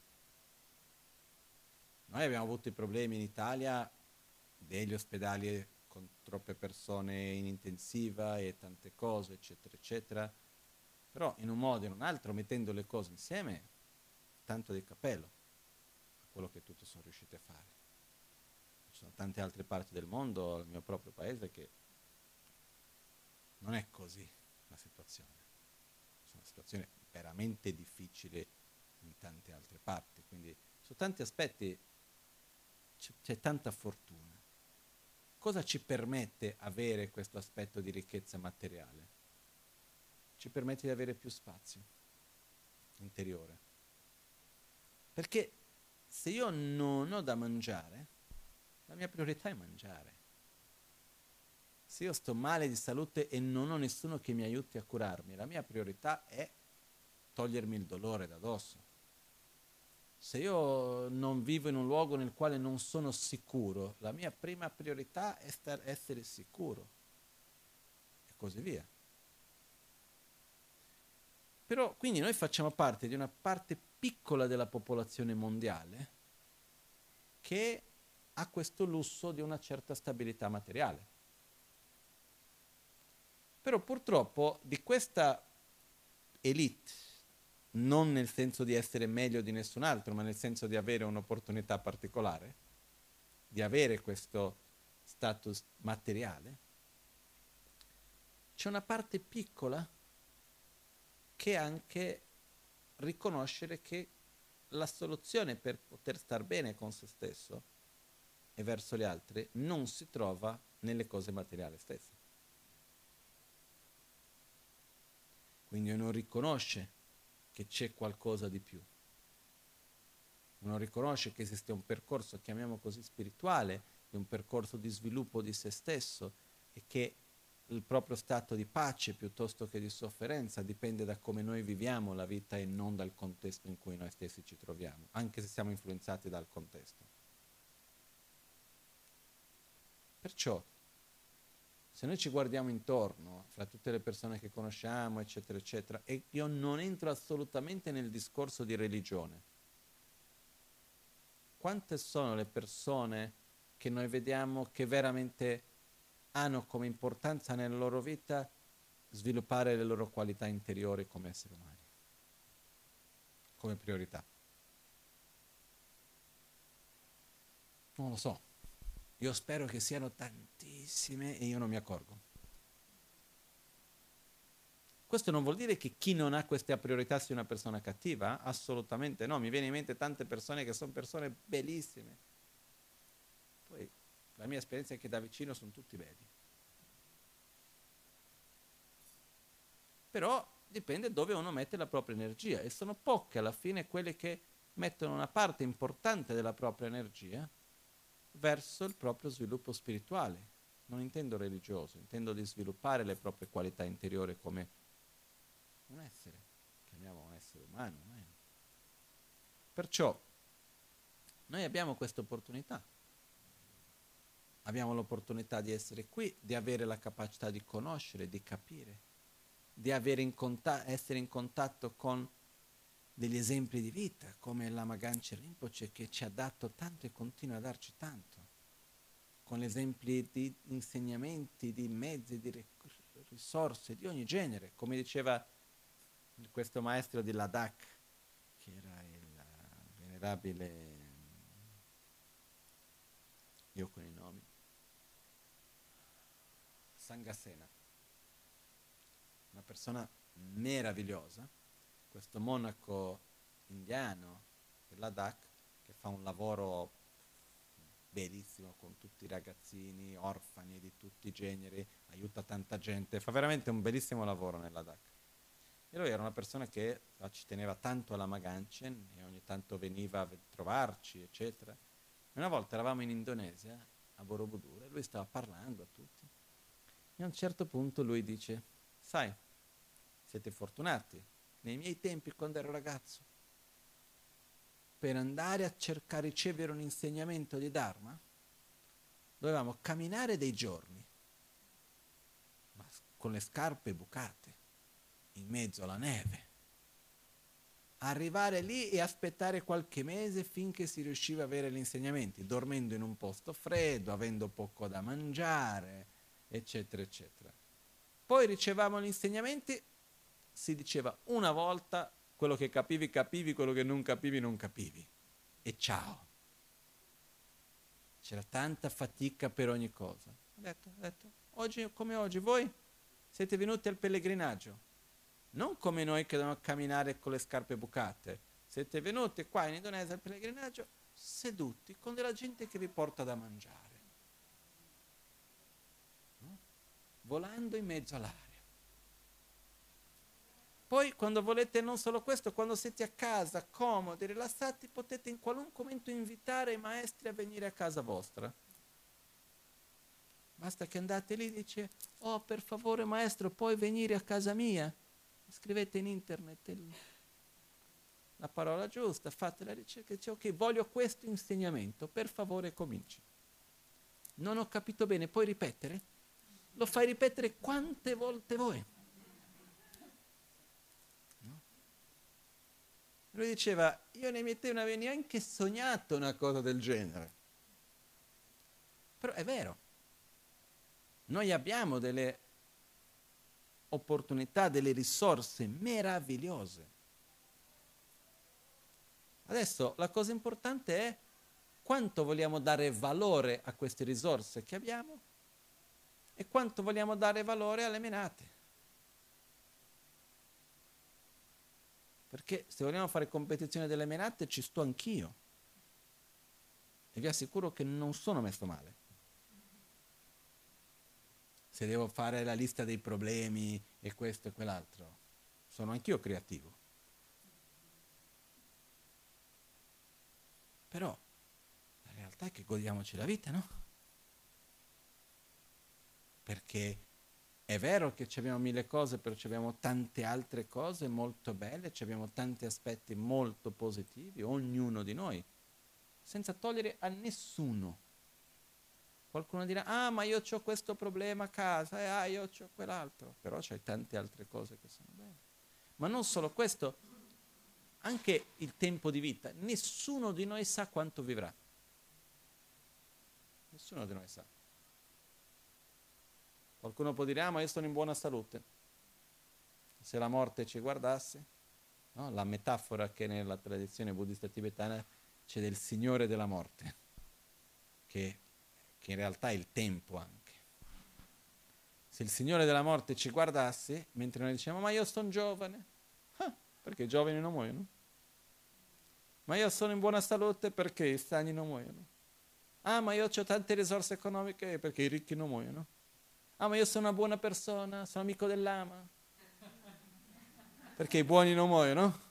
Noi abbiamo avuto i problemi in Italia degli ospedali con troppe persone in intensiva e tante cose, eccetera, eccetera. Però in un modo o in un altro, mettendo le cose insieme, tanto di cappello a quello che tutti sono riusciti a fare. Ci sono tante altre parti del mondo, il mio proprio paese, che Non è così la situazione. È una situazione veramente difficile in tante altre parti, quindi su tanti aspetti c'è, c'è tanta fortuna. Cosa ci permette avere questo aspetto di ricchezza materiale? Ci permette di avere più spazio interiore. Perché se io non ho da mangiare, la mia priorità è mangiare. Se io sto male di salute e non ho nessuno che mi aiuti a curarmi, la mia priorità è togliermi il dolore da dosso. Se io non vivo in un luogo nel quale non sono sicuro, la mia prima priorità è star, essere sicuro. E così via. Però quindi noi facciamo parte di una parte piccola della popolazione mondiale che ha questo lusso di una certa stabilità materiale. Però purtroppo di questa elite, non nel senso di essere meglio di nessun altro, ma nel senso di avere un'opportunità particolare, di avere questo status materiale, c'è una parte piccola che anche riconoscere che la soluzione per poter star bene con se stesso e verso gli altri non si trova nelle cose materiali stesse. Quindi uno riconosce che c'è qualcosa di più. Uno riconosce che esiste un percorso, chiamiamo così, spirituale, un percorso di sviluppo di se stesso e che il proprio stato di pace piuttosto che di sofferenza dipende da come noi viviamo la vita e non dal contesto in cui noi stessi ci troviamo, anche se siamo influenzati dal contesto. Perciò, se noi ci guardiamo intorno, fra tutte le persone che conosciamo, eccetera, eccetera, e io non entro assolutamente nel discorso di religione, quante sono le persone che noi vediamo che veramente hanno come importanza nella loro vita sviluppare le loro qualità interiori come esseri umani, come priorità? Non lo so. Io spero che siano tantissime e io non mi accorgo. Questo non vuol dire che chi non ha queste priorità sia una persona cattiva? Assolutamente no. Mi viene in mente tante persone che sono persone bellissime. Poi la mia esperienza è che da vicino sono tutti belli. Però dipende dove uno mette la propria energia e sono poche alla fine quelle che mettono una parte importante della propria energia verso il proprio sviluppo spirituale. Non intendo religioso, intendo di sviluppare le proprie qualità interiori come un essere, chiamiamolo un essere umano. umano. Perciò noi abbiamo questa opportunità. Abbiamo l'opportunità di essere qui, di avere la capacità di conoscere, di capire, di avere in conta- essere in contatto con degli esempi di vita, come Lama Ganche Rinpoche, che ci ha dato tanto e continua a darci tanto, con esempi di insegnamenti, di mezzi, di risorse di ogni genere, come diceva questo maestro di Ladakh, che era il venerabile, io con i nomi, Sangasena, una persona meravigliosa, questo monaco indiano del Ladakh che fa un lavoro bellissimo con tutti i ragazzini, orfani di tutti i generi, aiuta tanta gente, fa veramente un bellissimo lavoro nel Ladakh. E lui era una persona che ci teneva tanto alla Maganchen e ogni tanto veniva a trovarci, eccetera. E una volta eravamo in Indonesia, a Borobudur, e lui stava parlando a tutti. E a un certo punto lui dice, sai, siete fortunati, nei miei tempi quando ero ragazzo, per andare a cercare ricevere un insegnamento di Dharma, dovevamo camminare dei giorni, ma con le scarpe bucate, in mezzo alla neve, arrivare lì e aspettare qualche mese finché si riusciva a avere gli insegnamenti, dormendo in un posto freddo, avendo poco da mangiare, eccetera, eccetera. Poi ricevavamo gli insegnamenti, si diceva una volta, quello che capivi, capivi, quello che non capivi, non capivi. E ciao. C'era tanta fatica per ogni cosa. Ho detto, ho detto, oggi come oggi, voi Siete venuti al pellegrinaggio, non come noi che dobbiamo camminare con le scarpe bucate. Siete venuti qua in Indonesia al pellegrinaggio seduti con della gente che vi porta da mangiare, no? Volando in mezzo all'aria. Poi quando volete non solo questo, quando siete a casa, comodi, rilassati, potete in qualunque momento invitare i maestri a venire a casa vostra. Basta che andate lì e dice, oh per favore maestro, puoi venire a casa mia? Scrivete in internet il, la parola giusta, fate la ricerca e dice, ok, voglio questo insegnamento, per favore cominci. Non ho capito bene, puoi ripetere? Lo fai ripetere quante volte vuoi. Lui diceva, io nei miei tempi non avevo neanche sognato una cosa del genere. Però è vero. Noi abbiamo delle opportunità, delle risorse meravigliose. Adesso la cosa importante è quanto vogliamo dare valore a queste risorse che abbiamo e quanto vogliamo dare valore alle menate. Perché se vogliamo fare competizione delle menate ci sto anch'io. E vi assicuro che non sono messo male. Se devo fare la lista dei problemi e questo e quell'altro, sono anch'io creativo. Però la realtà è che godiamoci la vita, no? Perché è vero che abbiamo mille cose, però abbiamo tante altre cose molto belle, abbiamo tanti aspetti molto positivi, ognuno di noi, senza togliere a nessuno. Qualcuno dirà, ah ma io ho questo problema a casa, e ah io ho quell'altro, però c'hai tante altre cose che sono belle. Ma non solo questo, anche il tempo di vita, nessuno di noi sa quanto vivrà. Nessuno di noi sa. Qualcuno può dire, ah ma io sono in buona salute. Se la morte ci guardasse, no? La metafora che nella tradizione buddista tibetana c'è del Signore della morte, che, che in realtà è il tempo anche. Se il Signore della morte ci guardasse, mentre noi diciamo, ma io sono giovane, ah, perché i giovani non muoiono? Ma io sono in buona salute perché i sani non muoiono? Ah, ma io ho tante risorse economiche perché i ricchi non muoiono? Ah, ma io sono una buona persona, sono amico dell'ama. Perché i buoni non muoiono?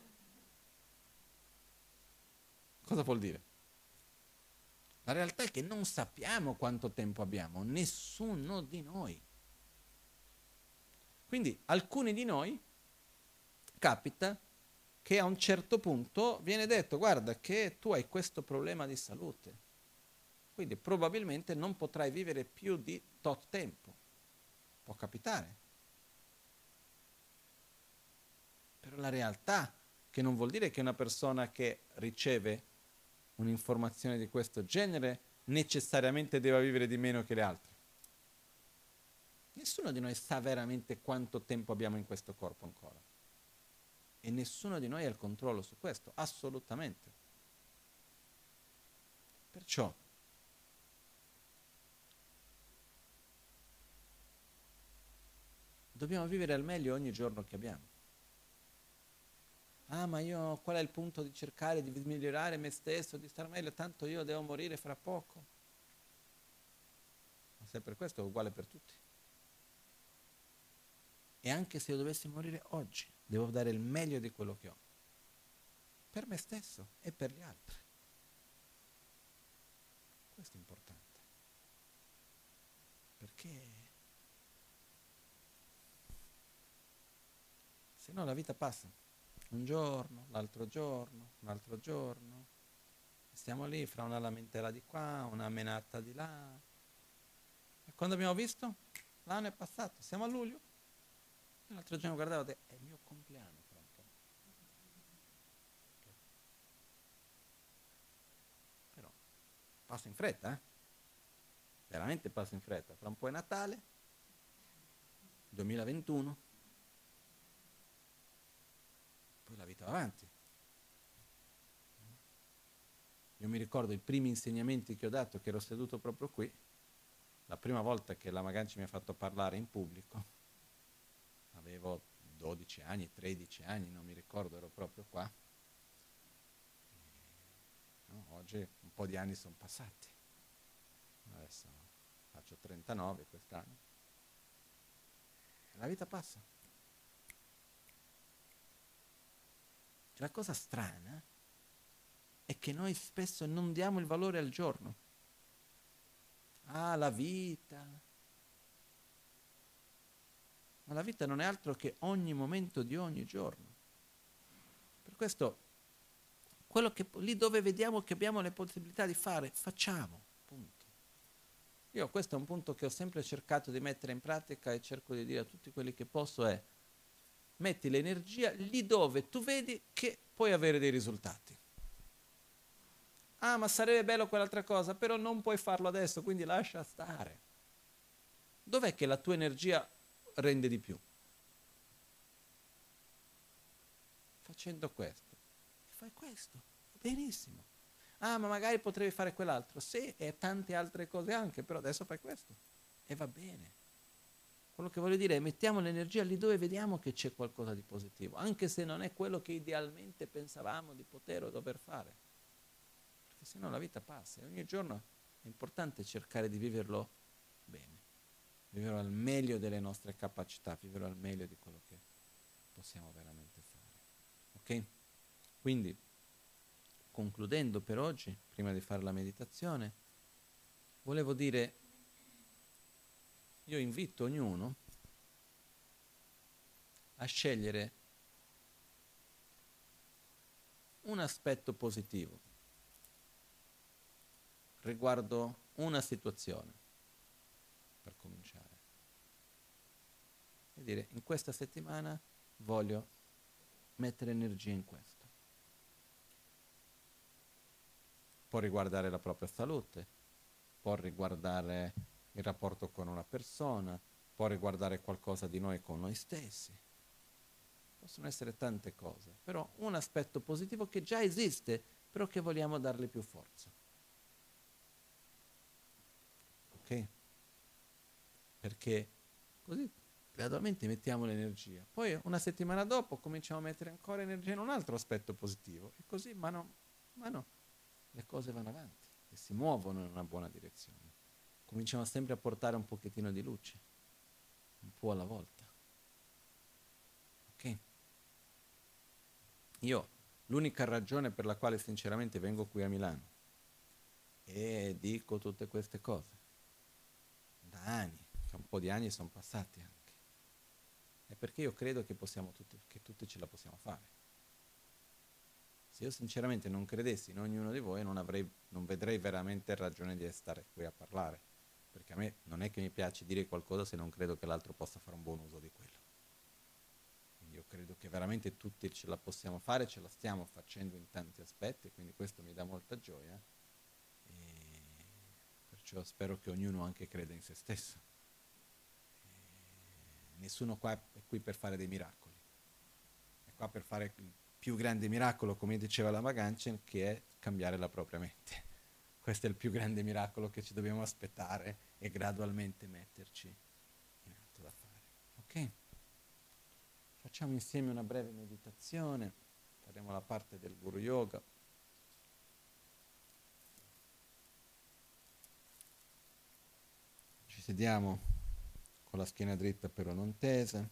Cosa vuol dire? La realtà è che non sappiamo quanto tempo abbiamo, nessuno di noi. Quindi alcuni di noi capita che a un certo punto viene detto, guarda che tu hai questo problema di salute, quindi probabilmente non potrai vivere più di tot tempo. Può capitare. Però la realtà, che non vuol dire che una persona che riceve un'informazione di questo genere necessariamente deve vivere di meno che le altre. Nessuno di noi sa veramente quanto tempo abbiamo in questo corpo ancora. E nessuno di noi ha il controllo su questo, assolutamente. Perciò dobbiamo vivere al meglio ogni giorno che abbiamo. Ah, ma io qual è il punto di cercare di migliorare me stesso, di star meglio, tanto io devo morire fra poco. Ma se per questo è uguale per tutti. E anche se io dovessi morire oggi, devo dare il meglio di quello che ho. Per me stesso e per gli altri. Questo è importante. Perché se no la vita passa. Un giorno, l'altro giorno, un altro giorno. Stiamo lì fra una lamentela di qua, una menata di là. E quando abbiamo visto? L'anno è passato, siamo a luglio. L'altro giorno guardavo e ho detto, è il mio compleanno fra un po'. Okay. Però passa in fretta, eh? Veramente passa in fretta. Fra un po' è Natale, duemilaventuno. Poi la vita va avanti. Io mi ricordo i primi insegnamenti che ho dato, che ero seduto proprio qui, la prima volta che la Maganci mi ha fatto parlare in pubblico, avevo dodici anni, tredici anni, non mi ricordo, ero proprio qua. E, no, oggi un po' di anni sono passati. Adesso faccio trentanove quest'anno. La vita passa. La cosa strana è che noi spesso non diamo il valore al giorno. Ah, la vita. Ma la vita non è altro che ogni momento di ogni giorno. Per questo, quello che, lì dove vediamo che abbiamo le possibilità di fare, facciamo, punto. Io questo è un punto che ho sempre cercato di mettere in pratica e cerco di dire a tutti quelli che posso è: metti l'energia lì dove tu vedi che puoi avere dei risultati. Ah, ma sarebbe bello quell'altra cosa, però non puoi farlo adesso, quindi lascia stare. Dov'è che la tua energia rende di più? Facendo questo. Fai questo, benissimo. Ah, ma magari potrei fare quell'altro. Sì, e tante altre cose anche, però adesso fai questo. E va bene. Quello che voglio dire è mettiamo l'energia lì dove vediamo che c'è qualcosa di positivo, anche se non è quello che idealmente pensavamo di poter o dover fare. Perché sennò la vita passa e ogni giorno è importante cercare di viverlo bene, viverlo al meglio delle nostre capacità, viverlo al meglio di quello che possiamo veramente fare. Ok? Quindi, concludendo per oggi, prima di fare la meditazione, volevo dire, io invito ognuno a scegliere un aspetto positivo riguardo una situazione, per cominciare, e dire: in questa settimana voglio mettere energia in questo. Può riguardare la propria salute, può riguardare il rapporto con una persona, può riguardare qualcosa di noi con noi stessi. Possono essere tante cose, però un aspetto positivo che già esiste, però che vogliamo darle più forza. Ok? Perché così gradualmente mettiamo l'energia. Poi una settimana dopo cominciamo a mettere ancora energia in un altro aspetto positivo. E così mano a mano le cose vanno avanti e si muovono in una buona direzione. Cominciamo sempre a portare un pochettino di luce, un po' alla volta. Ok? Io, l'unica ragione per la quale sinceramente vengo qui a Milano e dico tutte queste cose, da anni, che un po' di anni sono passati anche, è perché io credo che possiamo tutti, che tutti ce la possiamo fare. Se io sinceramente non credessi in ognuno di voi, non, avrei, non vedrei veramente ragione di stare qui a parlare, perché a me non è che mi piace dire qualcosa se non credo che l'altro possa fare un buon uso di quello. Quindi io credo che veramente tutti ce la possiamo fare, ce la stiamo facendo in tanti aspetti, quindi questo mi dà molta gioia e perciò spero che ognuno anche creda in se stesso. E nessuno qua è qui per fare dei miracoli, è qua per fare il più grande miracolo, come diceva la Maganchen, che è cambiare la propria mente. Questo è il più grande miracolo che ci dobbiamo aspettare e gradualmente metterci in atto da fare. Ok? Facciamo insieme una breve meditazione, faremo la parte del Guru Yoga. Ci sediamo con la schiena dritta però non tesa.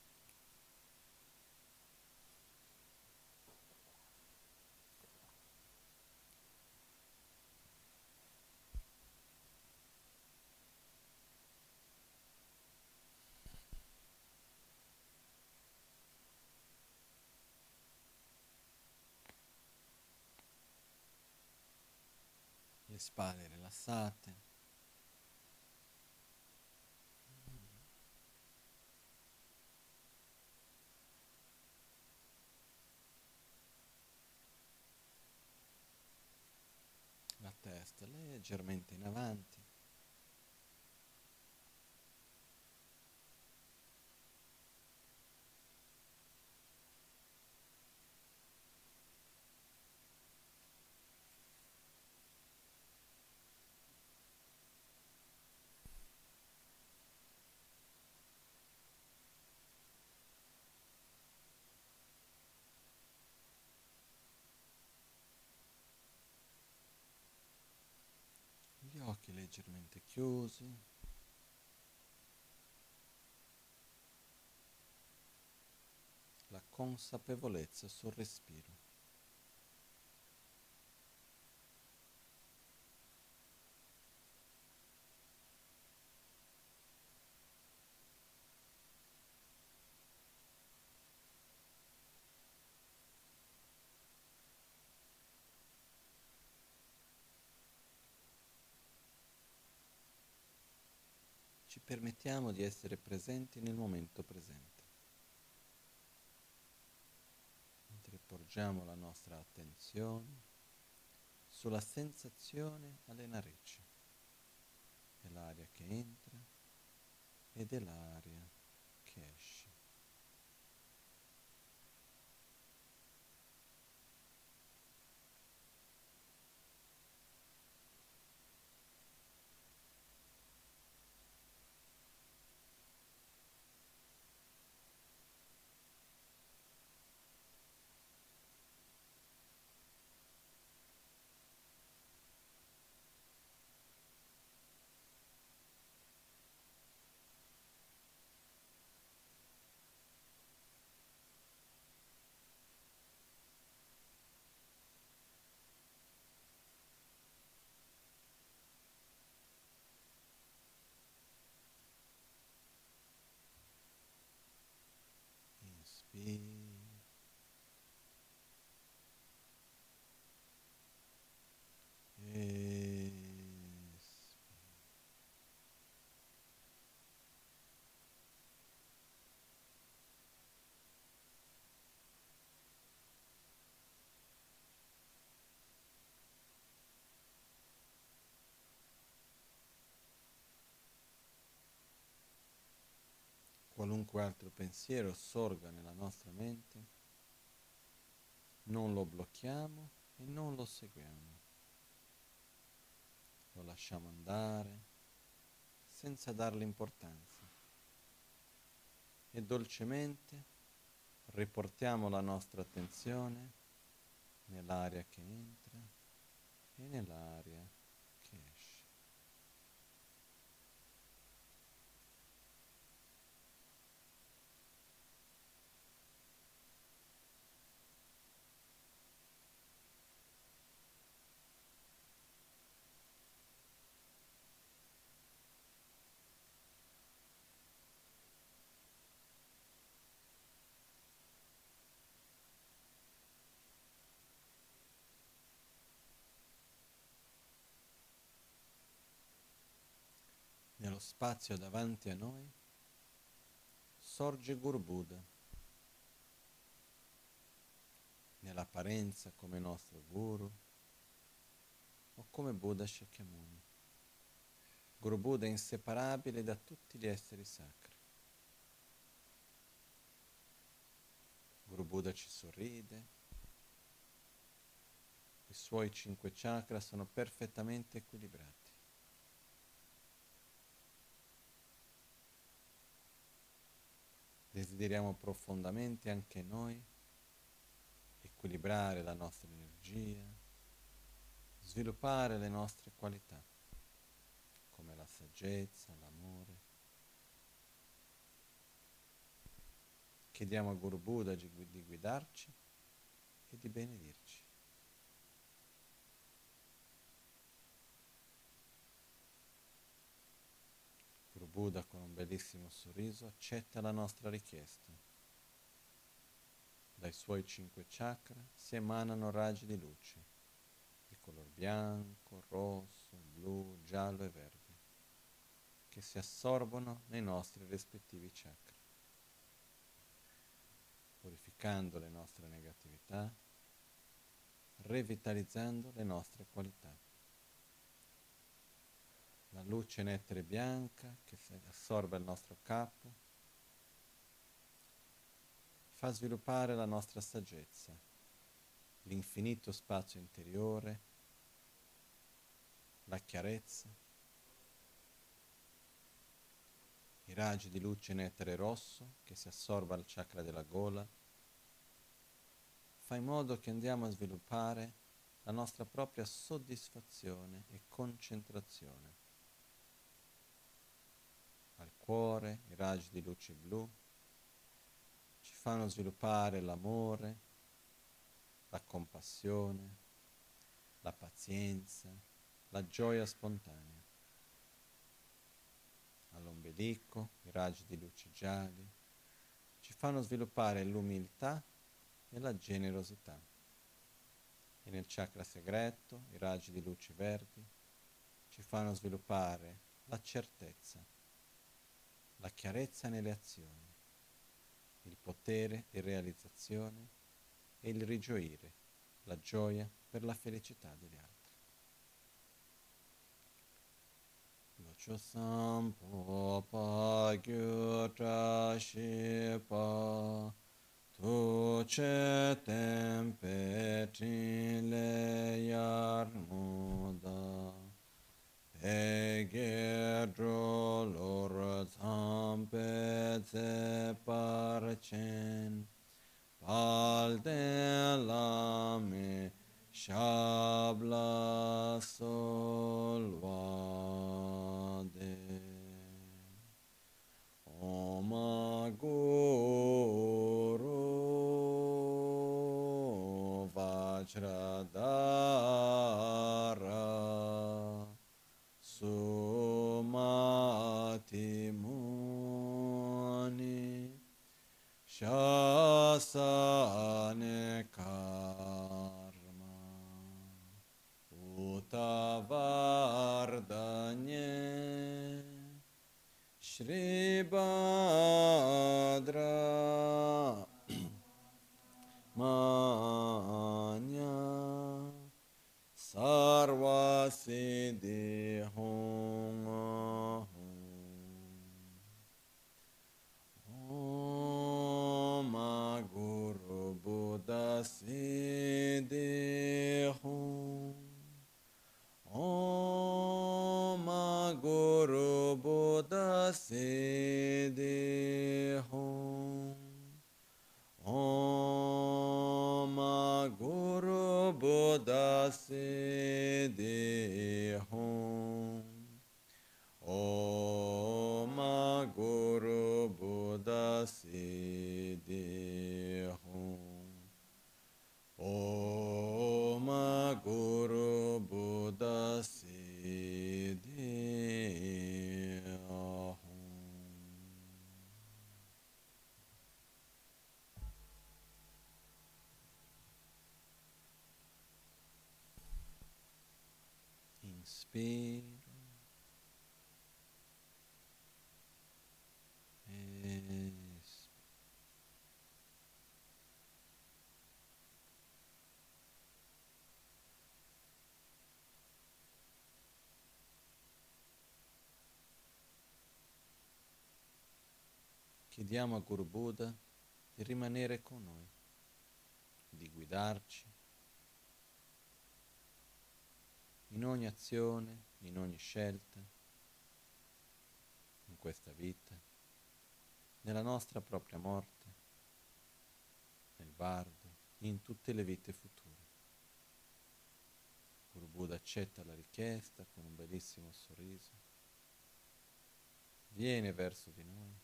Le spalle rilassate. La testa leggermente in avanti. leggermente chiusi. La consapevolezza sul respiro. Ci permettiamo di essere presenti nel momento presente, mentre porgiamo la nostra attenzione sulla sensazione alle narici, dell'aria che entra e dell'aria che esce. Inspira. Qualunque altro pensiero sorga nella nostra mente, non lo blocchiamo e non lo seguiamo. Lo lasciamo andare senza darle importanza e dolcemente riportiamo la nostra attenzione nell'aria che entra e nell'aria che esce. Nello spazio davanti a noi sorge Guru Buddha, nell'apparenza come nostro guru o come Buddha Shakyamuni. Guru Buddha è inseparabile da tutti gli esseri sacri. Guru Buddha ci sorride, i suoi cinque chakra sono perfettamente equilibrati. Desideriamo profondamente anche noi equilibrare la nostra energia, sviluppare le nostre qualità, come la saggezza, l'amore. Chiediamo a Guru Buddha di guidarci e di benedirci. Guru Buddha con un bellissimo sorriso accetta la nostra richiesta. Dai suoi cinque chakra si emanano raggi di luce di color bianco, rosso, blu, giallo e verde, che si assorbono nei nostri rispettivi chakra, purificando le nostre negatività, revitalizzando le nostre qualità. La luce nettere bianca che assorbe il nostro capo fa sviluppare la nostra saggezza, l'infinito spazio interiore, la chiarezza. I raggi di luce nettere rosso che si assorba al chakra della gola fa in modo che andiamo a sviluppare la nostra propria soddisfazione e concentrazione al cuore, i raggi di luce blu ci fanno sviluppare l'amore, la compassione, la pazienza, la gioia spontanea. All'ombelico, i raggi di luce gialli ci fanno sviluppare l'umiltà e la generosità. E nel chakra segreto, i raggi di luce verdi ci fanno sviluppare la certezza, la chiarezza nelle azioni, il potere di realizzazione e il rigioire, la gioia per la felicità degli altri. Locho sampo pa gyu tra shi pa tu che tempe trin le yar muda pe ge dro lor zampe ze par chen pal de la me shabla solvade Oma Guru Vajradhara Sumati Muni Shasane Karma Utavardanye Shri Bhadra Manya Sarva Siddhi Hum Om Guru Buddha Siddhi Hum Om Guru Buddha Siddhi Hum Om Guru Buddha Siddhi Hum Om Guru Buddha Siddhi Hum Om Guru Buddha Siddhi Hum. Inspiro. Espiro. Chiediamo a Guru Buddha di rimanere con noi, di guidarci in ogni azione, in ogni scelta, in questa vita, nella nostra propria morte, nel bardo, in tutte le vite future. Guru Buddha accetta la richiesta con un bellissimo sorriso, viene verso di noi,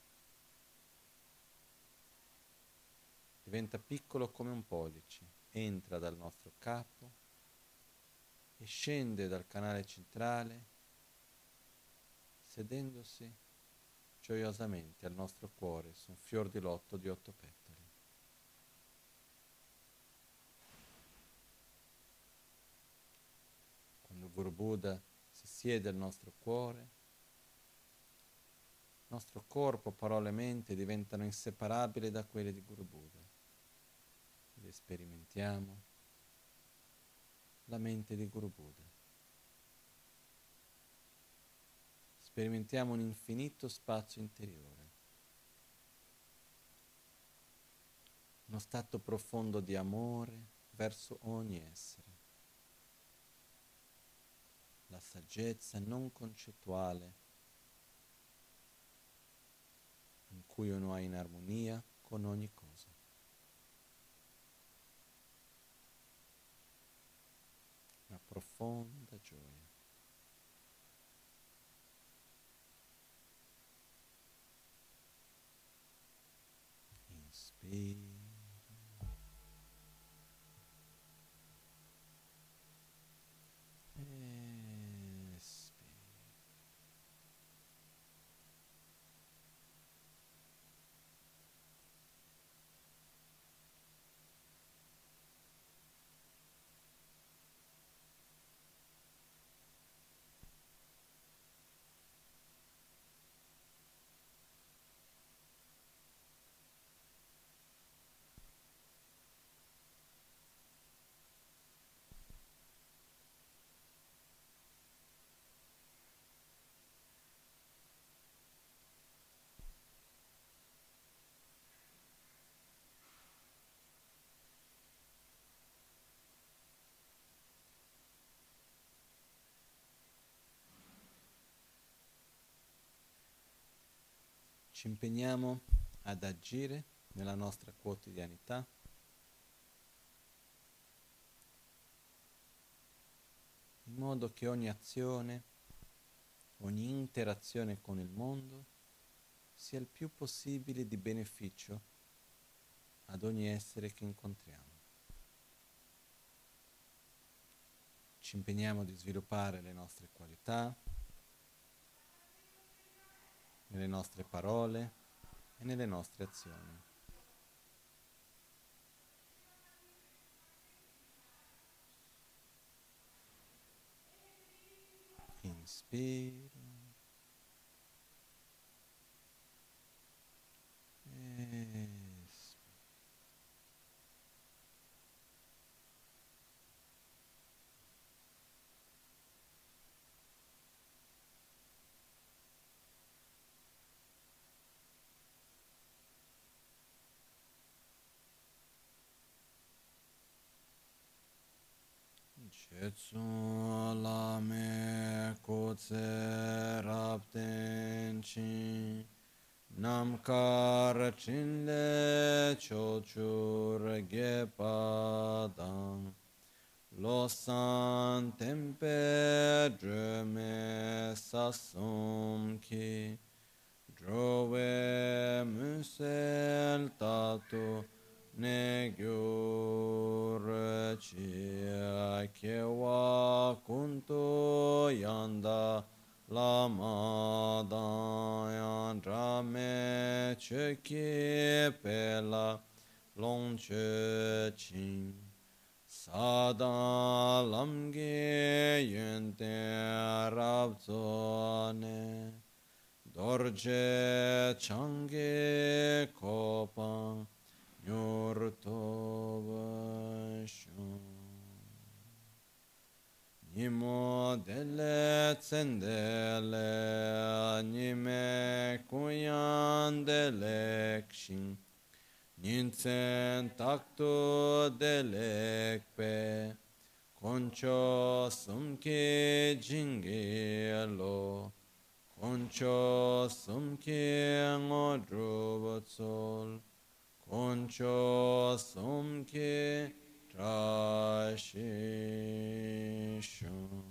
diventa piccolo come un pollice, entra dal nostro capo e scende dal canale centrale, sedendosi gioiosamente al nostro cuore su un fior di lotto di otto petali. Quando Guru Buddha si siede al nostro cuore, il nostro corpo, parole e mente diventano inseparabili da quelli di Guru Buddha. Ed sperimentiamo la mente di Guru Buddha. Sperimentiamo un infinito spazio interiore, uno stato profondo di amore verso ogni essere, la saggezza non concettuale in cui uno è in armonia con ogni cosa. Una profonda gioia. Ci impegniamo ad agire nella nostra quotidianità in modo che ogni azione, ogni interazione con il mondo sia il più possibile di beneficio ad ogni essere che incontriamo. Ci impegniamo di sviluppare le nostre qualità, nelle nostre parole e nelle nostre azioni. Inspiro. Espiro. Chetsu lame kutse rapten chi namkar chinle chochur gepadang losan tempe dreme sasum ki drove musel tatu Negur chia kewa kunto yanda lama yandrame cheki pela longche chin sada lamge yente rabzone dorje change kopang Nyortovashon Nimo dele tsendele Nime kuyan delekshin Nintsen takto delekpe Koncho sumke jingelo Koncho sumke ngodrubatsol Concho sumke trashisho.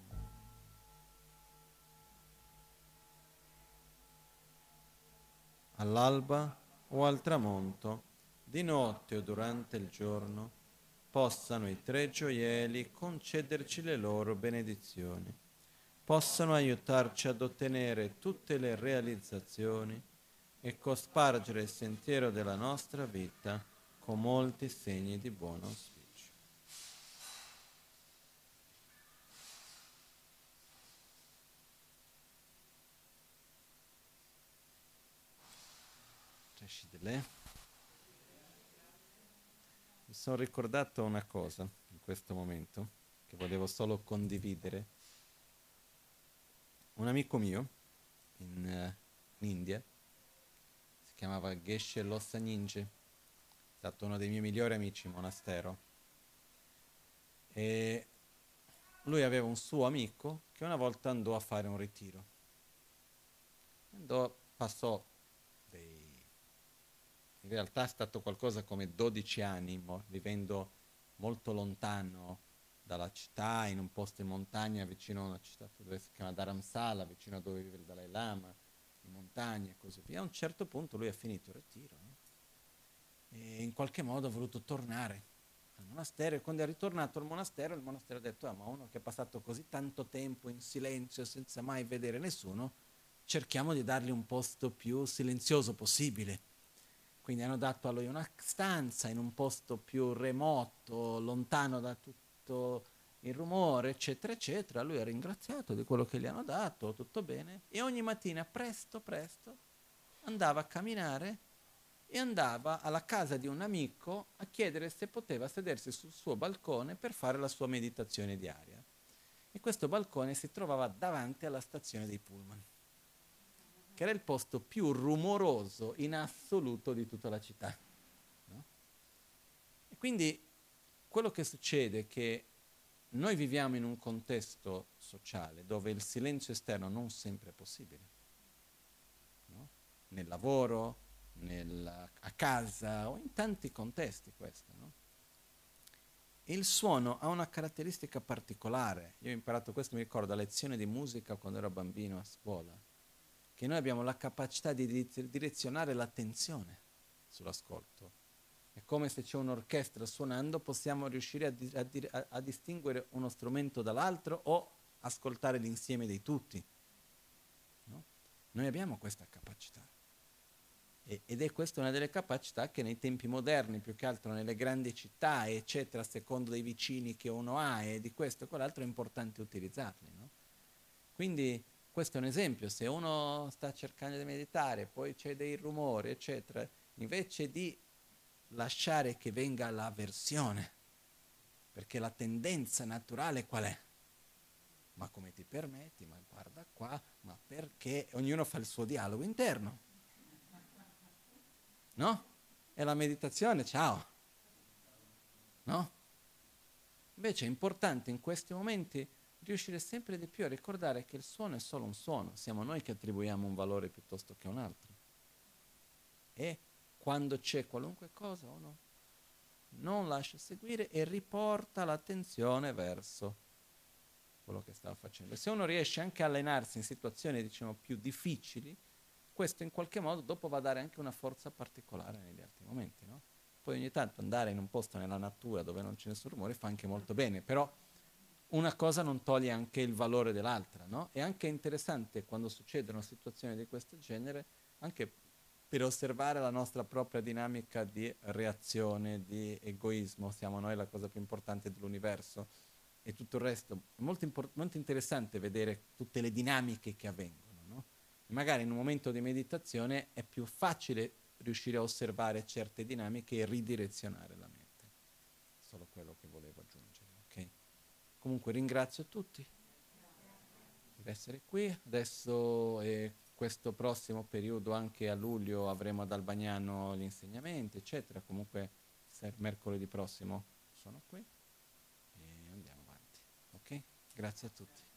All'alba o al tramonto, di notte o durante il giorno, possano i tre gioielli concederci le loro benedizioni, possano aiutarci ad ottenere tutte le realizzazioni e cospargere il sentiero della nostra vita con molti segni di buon auspicio. Mi sono ricordato una cosa in questo momento che volevo solo condividere. Un amico mio in, uh, in India si chiamava Geshe Lossa Nyingche, è stato uno dei miei migliori amici in monastero, e lui aveva un suo amico che una volta andò a fare un ritiro. Andò, passò dei... in realtà è stato qualcosa come dodici anni mo, vivendo molto lontano dalla città, in un posto in montagna vicino a una città dove si chiama Dharamsala, vicino a dove vive il Dalai Lama, in montagna e così via. A un certo punto lui ha finito il ritiro, no? e in qualche modo ha voluto tornare al monastero, e quando è ritornato al monastero, il monastero ha detto: ah, ma uno che è passato così tanto tempo in silenzio senza mai vedere nessuno, cerchiamo di dargli un posto più silenzioso possibile. Quindi hanno dato a lui una stanza in un posto più remoto, lontano da tutto il rumore, eccetera, eccetera. Lui ha ringraziato di quello che gli hanno dato, tutto bene, e ogni mattina presto, presto, andava a camminare e andava alla casa di un amico a chiedere se poteva sedersi sul suo balcone per fare la sua meditazione diaria. E questo balcone si trovava davanti alla stazione dei pullman, che era il posto più rumoroso in assoluto di tutta la città. No? E quindi quello che succede è che noi viviamo in un contesto sociale dove il silenzio esterno non sempre è possibile. No? Nel lavoro, nel, a casa o in tanti contesti questo. No? E il suono ha una caratteristica particolare. Io ho imparato questo, mi ricordo, a lezione di musica quando ero bambino a scuola, che noi abbiamo la capacità di direzionare l'attenzione sull'ascolto. È come se c'è un'orchestra suonando, possiamo riuscire a, di, a, a, a distinguere uno strumento dall'altro o ascoltare l'insieme di tutti. No? Noi abbiamo questa capacità. E, ed è questa una delle capacità che nei tempi moderni, più che altro nelle grandi città, eccetera, a secondo dei vicini che uno ha e di questo e quell'altro, è importante utilizzarli. No? Quindi questo è un esempio: se uno sta cercando di meditare, poi c'è dei rumori, eccetera, invece di lasciare che venga l'avversione, perché la tendenza naturale qual è? Ma come ti permetti? Ma guarda qua, ma perché? Ognuno fa il suo dialogo interno, no? E la meditazione, ciao, no? Invece è importante in questi momenti riuscire sempre di più a ricordare che il suono è solo un suono, siamo noi che attribuiamo un valore piuttosto che un altro. E quando c'è qualunque cosa uno non lascia seguire e riporta l'attenzione verso quello che stava facendo. E se uno riesce anche a allenarsi in situazioni, diciamo, più difficili, questo in qualche modo dopo va a dare anche una forza particolare negli altri momenti, no? Poi ogni tanto andare in un posto nella natura dove non c'è nessun rumore fa anche molto bene, però una cosa non toglie anche il valore dell'altra, no? È anche interessante quando succedono situazioni di questo genere, anche per osservare la nostra propria dinamica di reazione, di egoismo. Siamo noi la cosa più importante dell'universo e tutto il resto. È molto, import- molto interessante vedere tutte le dinamiche che avvengono, no? E magari in un momento di meditazione è più facile riuscire a osservare certe dinamiche e ridirezionare la mente. Solo quello che volevo aggiungere, ok? Comunque ringrazio tutti per essere qui. Adesso eh, questo prossimo periodo, anche a luglio, avremo ad Albagnano gli insegnamenti, eccetera. Comunque mercoledì prossimo sono qui e andiamo avanti. Ok? Grazie a tutti.